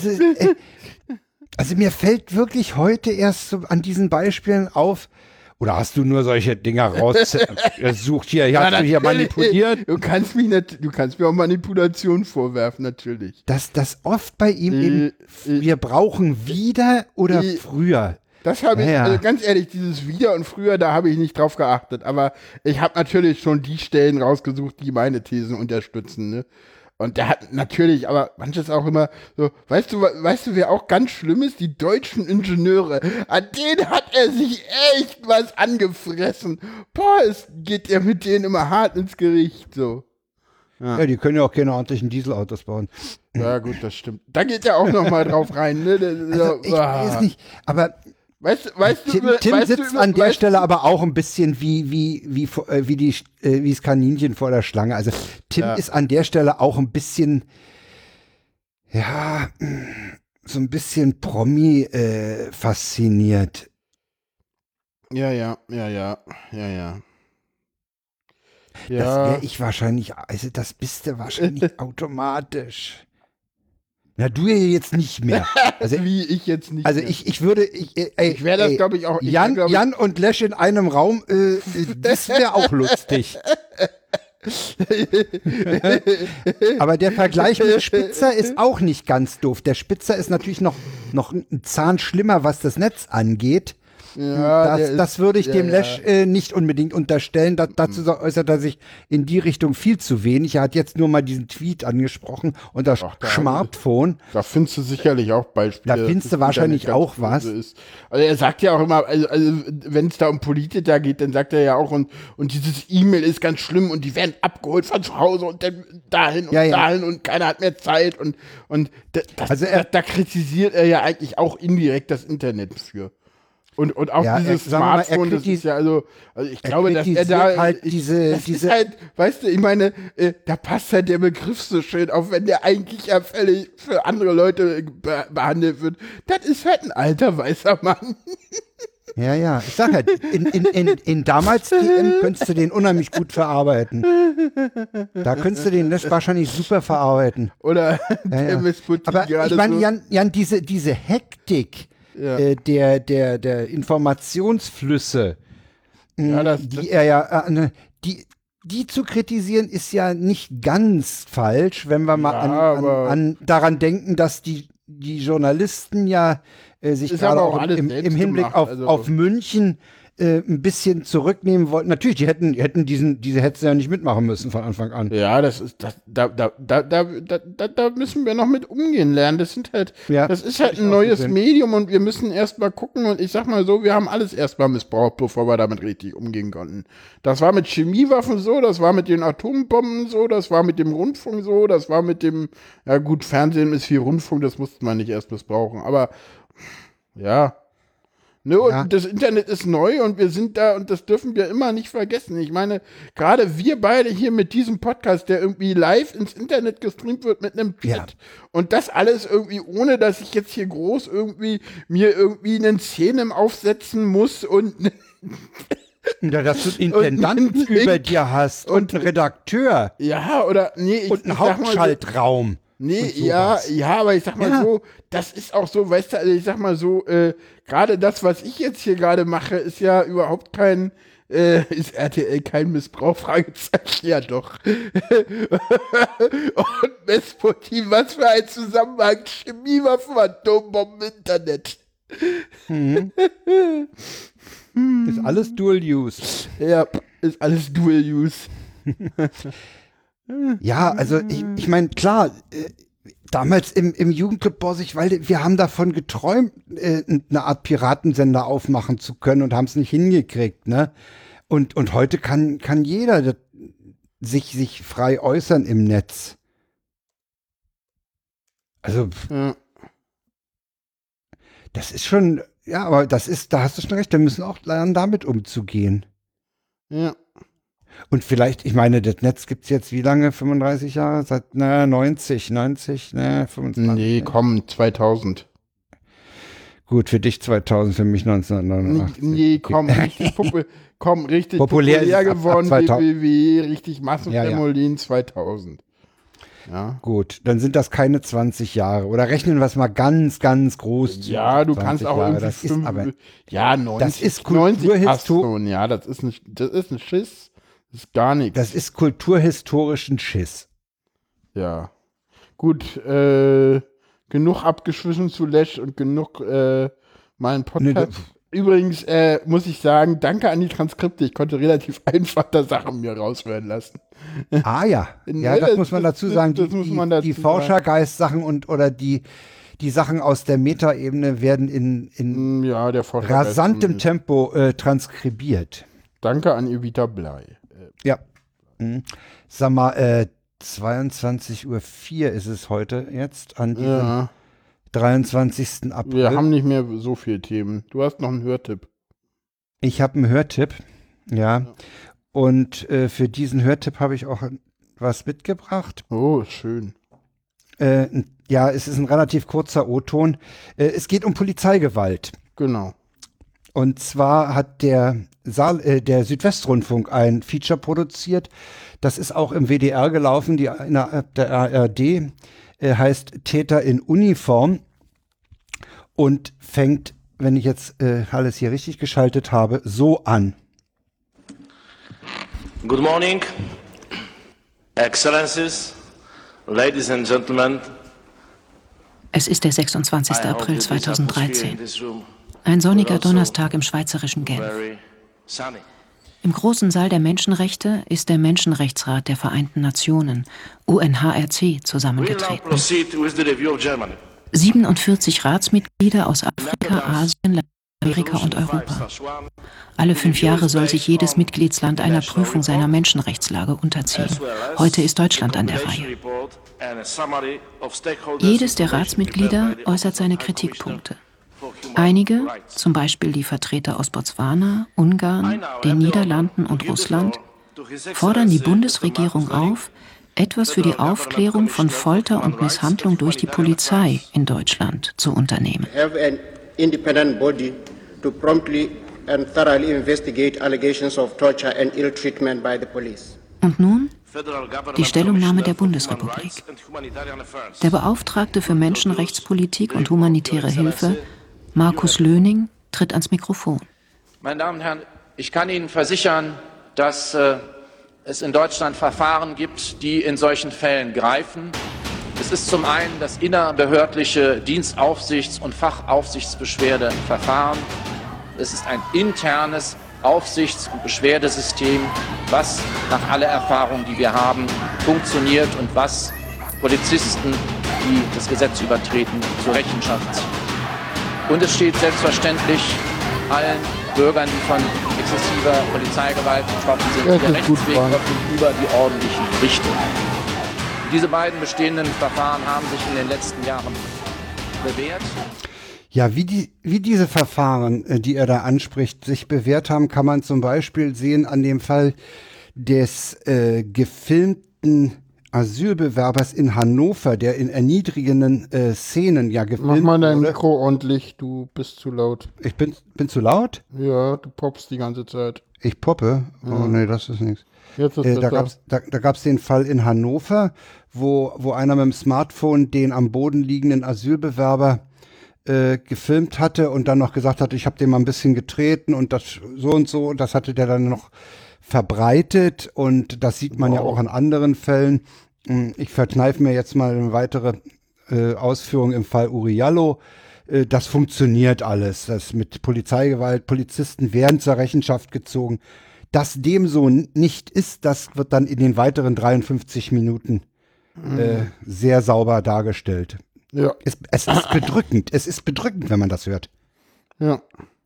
Also mir fällt wirklich heute erst so an diesen Beispielen auf, oder hast du nur solche Dinger rausgesucht hier? Hast du hier manipuliert? Du kannst mir auch Manipulation vorwerfen, natürlich. Dass das oft bei ihm eben, wir brauchen wieder oder früher. Das habe ich, also ganz ehrlich, dieses wieder und früher, da habe ich nicht drauf geachtet. Aber ich habe natürlich schon die Stellen rausgesucht, die meine Thesen unterstützen, ne? Und der hat natürlich, aber manches auch immer so, weißt du, wer auch ganz schlimm ist? Die deutschen Ingenieure. An denen hat er sich echt was angefressen. Boah, es geht ja mit denen immer hart ins Gericht, so. Ja, die können ja auch keine ordentlichen Dieselautos bauen. Ja, gut, das stimmt. Da geht ja auch noch mal drauf rein, ne? Also, ich weiß nicht, aber Tim sitzt an der Stelle aber auch ein bisschen wie das Kaninchen vor der Schlange. Also Tim ist an der Stelle auch ein bisschen, so ein bisschen Promi fasziniert. Ja. Das wäre ich wahrscheinlich, also das bist du wahrscheinlich automatisch. Na, du jetzt nicht mehr. Also wie ich jetzt nicht also mehr. Ich würde, ich wäre das, glaube ich, auch. Jan und Lesch in einem Raum, das wäre auch lustig. Aber der Vergleich mit Spitzer ist auch nicht ganz doof. Der Spitzer ist natürlich noch ein Zahn schlimmer, was das Netz angeht. Ja, das würde ich dem Lesch nicht unbedingt unterstellen. Dazu äußert er sich in die Richtung viel zu wenig. Er hat jetzt nur mal diesen Tweet angesprochen und das Smartphone. Da findest du sicherlich auch Beispiele. Da findest du wahrscheinlich auch was. Also er sagt ja auch immer, also wenn es da um Politiker geht, dann sagt er ja auch, und dieses E-Mail ist ganz schlimm und die werden abgeholt von zu Hause und dann dahin und dahin und keiner hat mehr Zeit und da kritisiert er ja eigentlich auch indirekt das Internet für. Und auch dieses Smartphone, das ist ja also ich glaube, dass er da halt diese halt, weißt du, ich meine, da passt halt der Begriff so schön, auch wenn der eigentlich ja völlig für andere Leute behandelt wird. Das ist halt ein alter weißer Mann. Ja, ich sag halt, in damals DM könntest du den unheimlich gut verarbeiten. Da könntest du den wahrscheinlich super verarbeiten. Oder Aber ich meine, so. Jan, diese Hektik der Informationsflüsse, die zu kritisieren, ist ja nicht ganz falsch, wenn wir mal daran denken, dass die Journalisten ja sich gerade auch im Hinblick auf München ein bisschen zurücknehmen wollten. Natürlich, die hätten diese Hetze ja nicht mitmachen müssen von Anfang an. Ja, da müssen wir noch mit umgehen lernen. Das ist halt ein neues Medium und wir müssen erst mal gucken und ich sag mal so, wir haben alles erst mal missbraucht, bevor wir damit richtig umgehen konnten. Das war mit Chemiewaffen so, das war mit den Atombomben so, das war mit dem Rundfunk so, das war mit dem, ja gut, Fernsehen ist viel Rundfunk, das musste man nicht erst missbrauchen, aber ja. Ne, und das Internet ist neu und wir sind da und das dürfen wir immer nicht vergessen. Ich meine, gerade wir beide hier mit diesem Podcast, der irgendwie live ins Internet gestreamt wird mit einem Chat und das alles irgendwie ohne, dass ich jetzt hier groß mir einen Szenen aufsetzen muss und ja, dass du einen Intendanten über dir hast und einen Redakteur. Ja, oder und einen Hauptschaltraum. Aber ich sag mal so, das ist auch so, weißt du, also ich sag mal so, gerade das, was ich jetzt hier gerade mache, ist ja überhaupt kein, ist RTL kein Missbrauch? Fragezeichen, ja doch. Und Vesputin, was für ein Zusammenhang, Chemiewaffen, Atombomben, Internet. Ist alles Dual-Use. Ja, ist alles Dual-Use. Ja, also ich meine, klar, damals im Jugendclub Borsigwalde, wir haben davon geträumt, eine Art Piratensender aufmachen zu können und haben es nicht hingekriegt, ne? Und heute kann jeder sich frei äußern im Netz. Also, das ist schon, ja, aber da hast du schon recht, wir müssen auch lernen, damit umzugehen. Ja. Und vielleicht, ich meine, das Netz gibt es jetzt wie lange? 35 Jahre? Seit 90, 25? Nee, komm, 2000. Gut, für dich 2000, für mich 1989. Nee, komm, richtig populär geworden, BBW, richtig Massenphänomen 2000. Ja. Gut, dann sind das keine 20 Jahre. Oder rechnen wir es mal ganz, ganz groß zu. Ja, du kannst auch Jahre. irgendwie Das ist aber, 90. Das ist Kulturhistorie. Ja, das ist ein Schiss. Das ist gar nichts. Das ist kulturhistorischen Schiss. Ja. Gut, genug abgeschwiffen zu Lesch und genug meinen Podcast. Übrigens muss ich sagen, danke an die Transkripte. Ich konnte relativ einfach da Sachen mir raushören lassen. Ah ja. Ja, das muss man dazu sagen. Die Forschergeist-Sachen oder die Sachen aus der Metaebene werden in rasantem Tempo transkribiert. Danke an Evita Blei. Ja. Sag mal, 22:04 Uhr ist es heute jetzt an diesem 23. April. Wir haben nicht mehr so viele Themen. Du hast noch einen Hörtipp. Ich habe einen Hörtipp, ja. Und für diesen Hörtipp habe ich auch was mitgebracht. Oh, schön. Ja, es ist ein relativ kurzer O-Ton. Es geht um Polizeigewalt. Genau. Und zwar hat der Südwestrundfunk ein Feature produziert. Das ist auch im WDR gelaufen, innerhalb der ARD. Heißt Täter in Uniform und fängt, wenn ich jetzt alles hier richtig geschaltet habe, so an. Good morning, Excellencies, Ladies and Gentlemen. Es ist der 26. April 2013. Ein sonniger Donnerstag im schweizerischen Genf. Im großen Saal der Menschenrechte ist der Menschenrechtsrat der Vereinten Nationen, UNHRC, zusammengetreten. 47 Ratsmitglieder aus Afrika, Asien, Amerika und Europa. Alle 5 Jahre soll sich jedes Mitgliedsland einer Prüfung seiner Menschenrechtslage unterziehen. Heute ist Deutschland an der Reihe. Jedes der Ratsmitglieder äußert seine Kritikpunkte. Einige, zum Beispiel die Vertreter aus Botswana, Ungarn, den Niederlanden und Russland, fordern die Bundesregierung auf, etwas für die Aufklärung von Folter und Misshandlung durch die Polizei in Deutschland zu unternehmen. to promptly and thoroughly investigate allegations of torture and ill treatment by the police. Und nun die Stellungnahme der Bundesrepublik. Der Beauftragte für Menschenrechtspolitik und humanitäre Hilfe, Markus Löning, tritt ans Mikrofon. Meine Damen und Herren, ich kann Ihnen versichern, dass es in Deutschland Verfahren gibt, die in solchen Fällen greifen. Es ist zum einen das innerbehördliche Dienstaufsichts- und Fachaufsichtsbeschwerdeverfahren. Es ist ein internes Aufsichts- und Beschwerdesystem, was nach aller Erfahrung, die wir haben, funktioniert und was Polizisten, die das Gesetz übertreten, zur Rechenschaft zieht. Und es steht selbstverständlich allen Bürgern, die von exzessiver Polizeigewalt betroffen sind, der Rechtsweg offen über die ordentlichen Richtungen. Diese beiden bestehenden Verfahren haben sich in den letzten Jahren bewährt. Ja, wie diese Verfahren, die er da anspricht, sich bewährt haben, kann man zum Beispiel sehen an dem Fall des gefilmten Asylbewerbers in Hannover, der in erniedrigenden Szenen ja gefilmt wurde. Mach mal dein Mikro ordentlich, du bist zu laut. Ich bin zu laut? Ja, du poppst die ganze Zeit. Ich poppe? Ja. Oh nee, das ist nichts. Jetzt ist da gab's den Fall in Hannover, wo einer mit dem Smartphone den am Boden liegenden Asylbewerber gefilmt hatte und dann noch gesagt hat, ich habe den mal ein bisschen getreten und das so und so, und das hatte der dann noch verbreitet, und das sieht man ja auch an anderen Fällen. Ich verkneife mir jetzt mal eine weitere Ausführung im Fall Uriallo. Das funktioniert alles. Das mit Polizeigewalt, Polizisten werden zur Rechenschaft gezogen. Dass dem so nicht ist, das wird dann in den weiteren 53 Minuten sehr sauber dargestellt. Ja. Es ist bedrückend. Es ist bedrückend, wenn man das hört. Ja.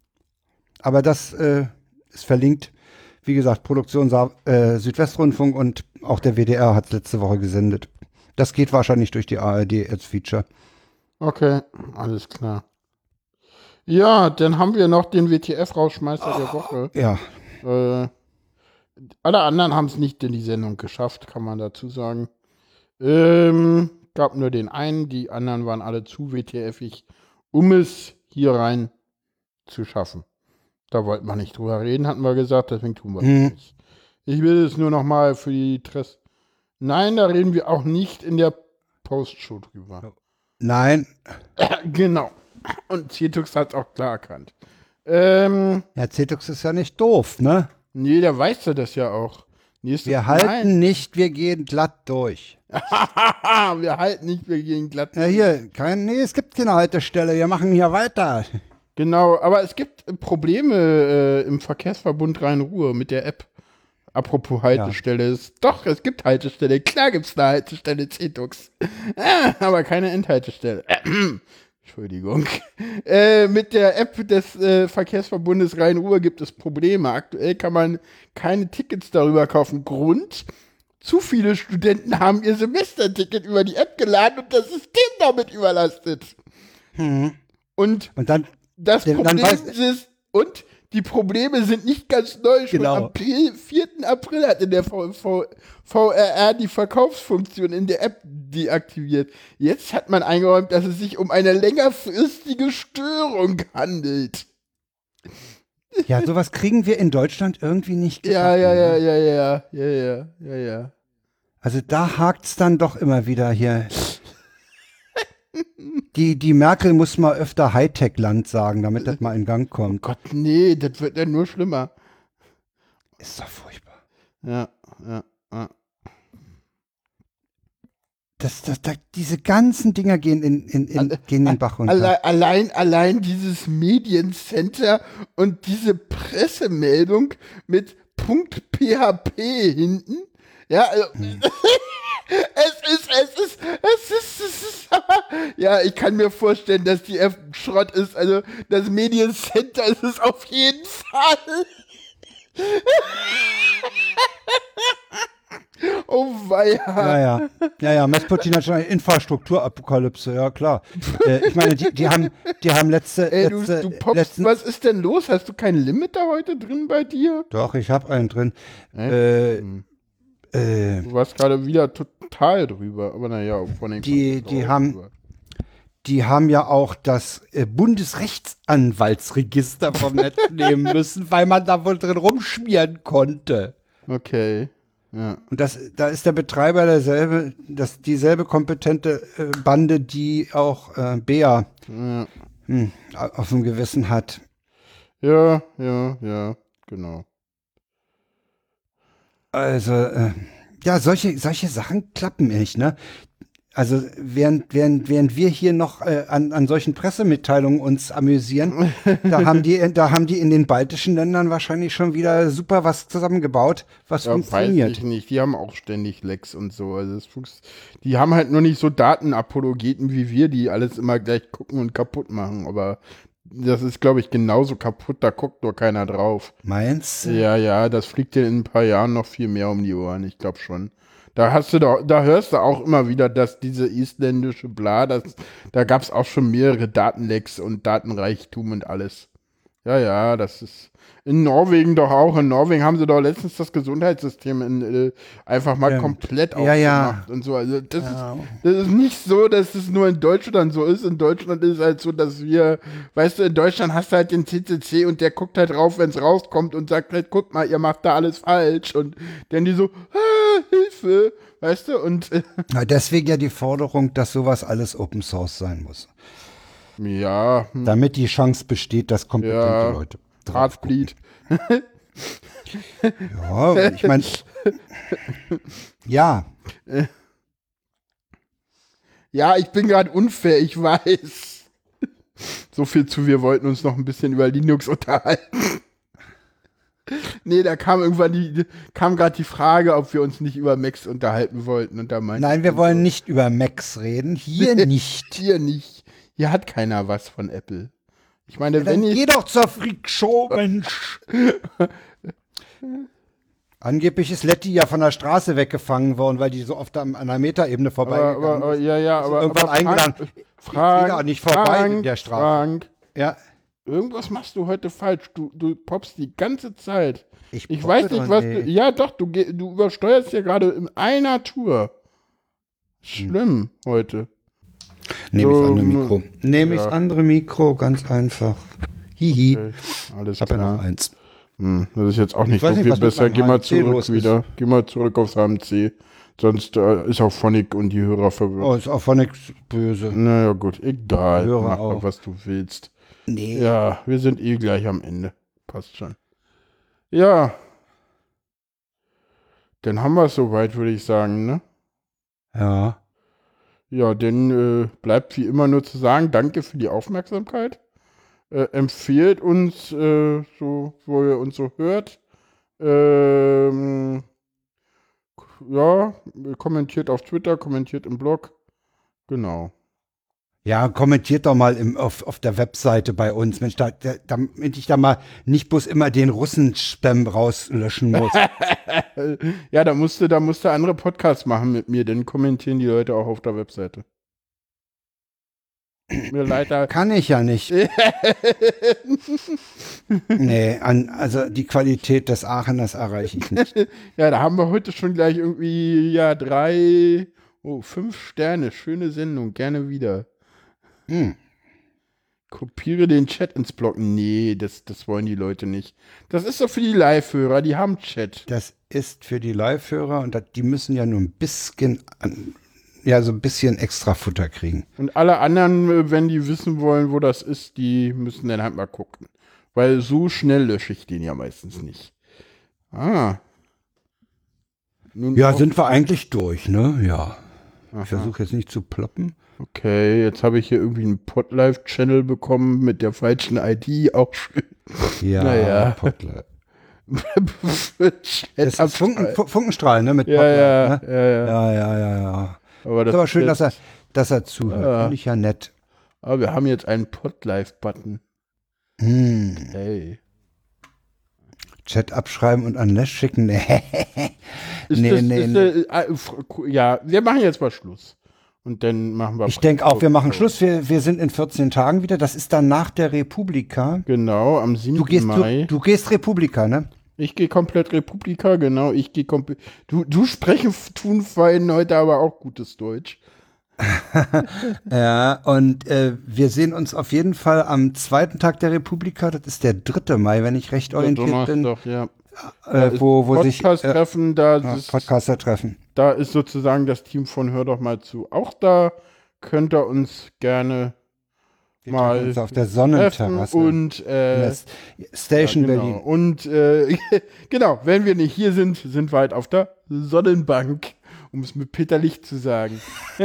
Aber das ist verlinkt. Wie gesagt, Produktion Südwestrundfunk und auch der WDR hat es letzte Woche gesendet. Das geht wahrscheinlich durch die ARD als Feature. Okay, alles klar. Ja, dann haben wir noch den WTF-Rausschmeißer der Woche. Ja. Alle anderen haben es nicht in die Sendung geschafft, kann man dazu sagen. Gab nur den einen, die anderen waren alle zu WTF-ig, um es hier rein zu schaffen. Da wollten wir nicht drüber reden, hatten wir gesagt, deswegen tun wir es nicht. Ich will es nur noch mal für die Nein, da reden wir auch nicht in der Postshow drüber. Nein. Genau. Und Cetux hat es auch klar erkannt. Ja, Cetux ist ja nicht doof, ne? Nee, der weiß ja das ja auch. Wir halten nicht, wir gehen glatt durch. Wir halten nicht, wir gehen glatt durch. Ja, hier, es gibt keine Haltestelle, wir machen hier weiter. Genau, aber es gibt Probleme im Verkehrsverbund Rhein-Ruhr mit der App. Apropos Haltestelle. Ja. Es gibt Haltestelle. Klar gibt es eine Haltestelle, Cetux. Aber keine Endhaltestelle. Entschuldigung. Mit der App des Verkehrsverbundes Rhein-Ruhr gibt es Probleme. Aktuell kann man keine Tickets darüber kaufen. Grund: zu viele Studenten haben ihr Semesterticket über die App geladen und das System damit überlastet. Und dann das Problem ist, und die Probleme sind nicht ganz neu. Schon am 4. April hatte der VRR die Verkaufsfunktion in der App deaktiviert. Jetzt hat man eingeräumt, dass es sich um eine längerfristige Störung handelt. Ja, sowas kriegen wir in Deutschland irgendwie nicht gebacken. Ja. Also da hakt's dann doch immer wieder hier. Die Merkel muss mal öfter Hightech-Land sagen, damit das mal in Gang kommt. Oh Gott, nee, das wird ja nur schlimmer. Ist doch furchtbar. Ja. Diese ganzen Dinger gehen gehen den Bach runter. Allein dieses Mediencenter und diese Pressemeldung mit .php hinten. Ja, also, es ist, ja, ich kann mir vorstellen, dass die App Schrott ist. Also, das Mediencenter ist es auf jeden Fall. Oh weia. Ja, Mesputin hat schon eine Infrastrukturapokalypse, ja klar. Ich meine, die haben du poppst, was ist denn los? Hast du kein Limit da heute drin bei dir? Doch, ich habe einen drin. Du warst gerade wieder total drüber, aber naja, von den die haben die haben ja auch das Bundesrechtsanwaltsregister vom Netz nehmen müssen, weil man da wohl drin rumschmieren konnte. Okay. Ja. Und da ist der Betreiber dieselbe kompetente Bande, die auch Bea auf dem Gewissen hat. Ja, genau. Also, solche Sachen klappen nicht, ne? Also während wir hier noch an solchen Pressemitteilungen uns amüsieren, da haben die in den baltischen Ländern wahrscheinlich schon wieder super was zusammengebaut, was funktioniert. Weiß ich nicht, die haben auch ständig Lecks und so. Also die haben halt nur nicht so Datenapologeten wie wir, die alles immer gleich gucken und kaputt machen. Aber das ist, glaube ich, genauso kaputt, da guckt nur keiner drauf. Meinst du? Ja, das fliegt dir in ein paar Jahren noch viel mehr um die Ohren, ich glaube schon. Da hörst du auch immer wieder, dass diese isländische da gab es auch schon mehrere Datenlecks und Datenreichtum und alles. Ja, das ist in Norwegen doch auch. In Norwegen haben sie doch letztens das Gesundheitssystem einfach mal komplett aufgemacht und so. Also das ist nicht so, dass es nur in Deutschland so ist. In Deutschland ist es halt so, dass wir, weißt du, in Deutschland hast du halt den CCC und der guckt halt drauf, wenn es rauskommt und sagt halt, guck mal, ihr macht da alles falsch. Und dann die so, Hilfe, weißt du, und deswegen ja die Forderung, dass sowas alles Open Source sein muss. Ja. Damit die Chance besteht, dass kompetente Leute Drahtblied. Ja, ich meine, ja. Ja, ich bin gerade unfair, ich weiß. So viel zu, wir wollten uns noch ein bisschen über Linux unterhalten. Nee, da kam gerade die Frage, ob wir uns nicht über Macs unterhalten wollten. Und da Nein, wir wollen nicht über Macs reden. Hier nicht. Hier nicht. Hier hat keiner was von Apple. Ich meine, geh doch zur Freakshow, Mensch. Angeblich ist Letty ja von der Straße weggefangen worden, weil die so oft an der Metaebene vorbeigegangen ist. Aber irgendwann eingeladen. Frank, auch nicht vorbei in der Straße. Frank, ja. Irgendwas machst du heute falsch. Du poppst die ganze Zeit. Ich Ich weiß nicht, was du. Ja, doch, du übersteuerst ja gerade in einer Tour. Schlimm heute. Nehme ich das andere Mikro. Nehme ich das andere Mikro, ganz einfach. Hihi. Okay, alles ich habe ja klar. noch eins. Das ist jetzt auch nicht so viel besser. Geh mal zurück wieder. Geh mal zurück aufs HMC. Sonst ist auch Phonic und die Hörer verwirrt. Oh, ist auch Phonic böse. Naja, gut, egal. Mach doch, was du willst. Nee. Ja, wir sind gleich am Ende. Passt schon. Ja. Dann haben wir es soweit, würde ich sagen, ne? Ja. Ja, dann bleibt wie immer nur zu sagen, danke für die Aufmerksamkeit. Empfehlt uns, so, wo ihr uns so hört. Ja, kommentiert auf Twitter, kommentiert im Blog. Genau. Ja, kommentiert doch mal auf der Webseite bei uns, Mensch, damit ich da mal nicht bloß immer den Russen-Spam rauslöschen muss. Ja, da musst du andere Podcasts machen mit mir, dann kommentieren die Leute auch auf der Webseite. Mir leider. Kann ich ja nicht. Nee, also die Qualität des Aacheners erreiche ich nicht. Ja, da haben wir heute schon gleich irgendwie, 5 Sterne, schöne Sendung, gerne wieder. Kopiere den Chat ins Blog. Nee, das wollen die Leute nicht. Das ist doch für die Live-Hörer, die haben Chat. Das ist für die Live-Hörer und die müssen ja nur ein bisschen, so ein bisschen extra Futter kriegen. Und alle anderen, wenn die wissen wollen, wo das ist, die müssen dann halt mal gucken. Weil so schnell lösche ich den ja meistens nicht. Nun ja, sind wir eigentlich durch, ne? Ja. Aha. Ich versuche jetzt nicht zu ploppen. Okay, jetzt habe ich hier irgendwie einen Podlife-Channel bekommen mit der falschen ID, auch schön. Ja, naja. Podlife. Das ist Funkenstrahl, ne? Mit ja, Podlife, ne? Ja. Aber das ist aber schön, dass er zuhört. Finde ich ja nett. Aber wir haben jetzt einen Podlife-Button. Hey. Chat abschreiben und an Les schicken. Ja, wir machen jetzt mal Schluss. Und dann machen wir. Ich denke auch, wir machen Schluss. Wir sind in 14 Tagen wieder. Das ist dann nach der Republika. Genau, am 7. Mai. Du gehst Republika, ne? Ich gehe komplett Republika, genau. Ich gehe komplett. Du sprechen tun vorhin heute aber auch gutes Deutsch. Ja, und wir sehen uns auf jeden Fall am zweiten Tag der Republika, das ist der 3. Mai, wenn ich recht orientiert bin. Ja. Wo sich Podcast-Treffen, Podcaster-Treffen. Da ist sozusagen das Team von Hör doch mal zu auch da. Könnt ihr uns gerne mal auf der Sonnenterrasse und Station genau. Berlin. Und genau, wenn wir nicht hier sind, sind wir halt auf der Sonnenbank, um es mit Peter Licht zu sagen.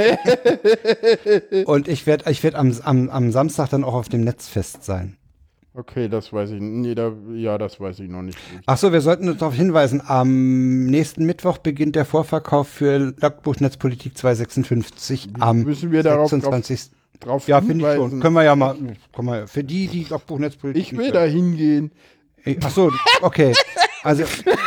Und ich werd am Samstag dann auch auf dem Netzfest sein. Okay, das weiß ich nicht. Das weiß ich noch nicht. Achso, wir sollten uns darauf hinweisen, am nächsten Mittwoch beginnt der Vorverkauf für Logbuch Netzpolitik 256 am müssen wir 26. Drauf ja, finde ich schon. Können wir ja mal, für die Logbuch Netzpolitik. Ich will da hingehen. Achso, okay. Also.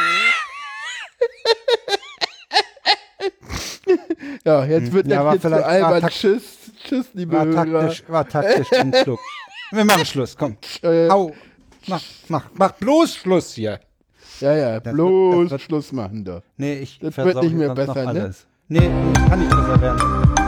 Ja, jetzt wird der zu albern. Tschüss, liebe Hörer. War taktisch ein Schluck. Wir machen Schluss, komm. Hau. Mach bloß Schluss hier. Ja, bloß Schluss machen da. Nee, das wird nicht mehr besser, ne? Nee, kann nicht besser werden.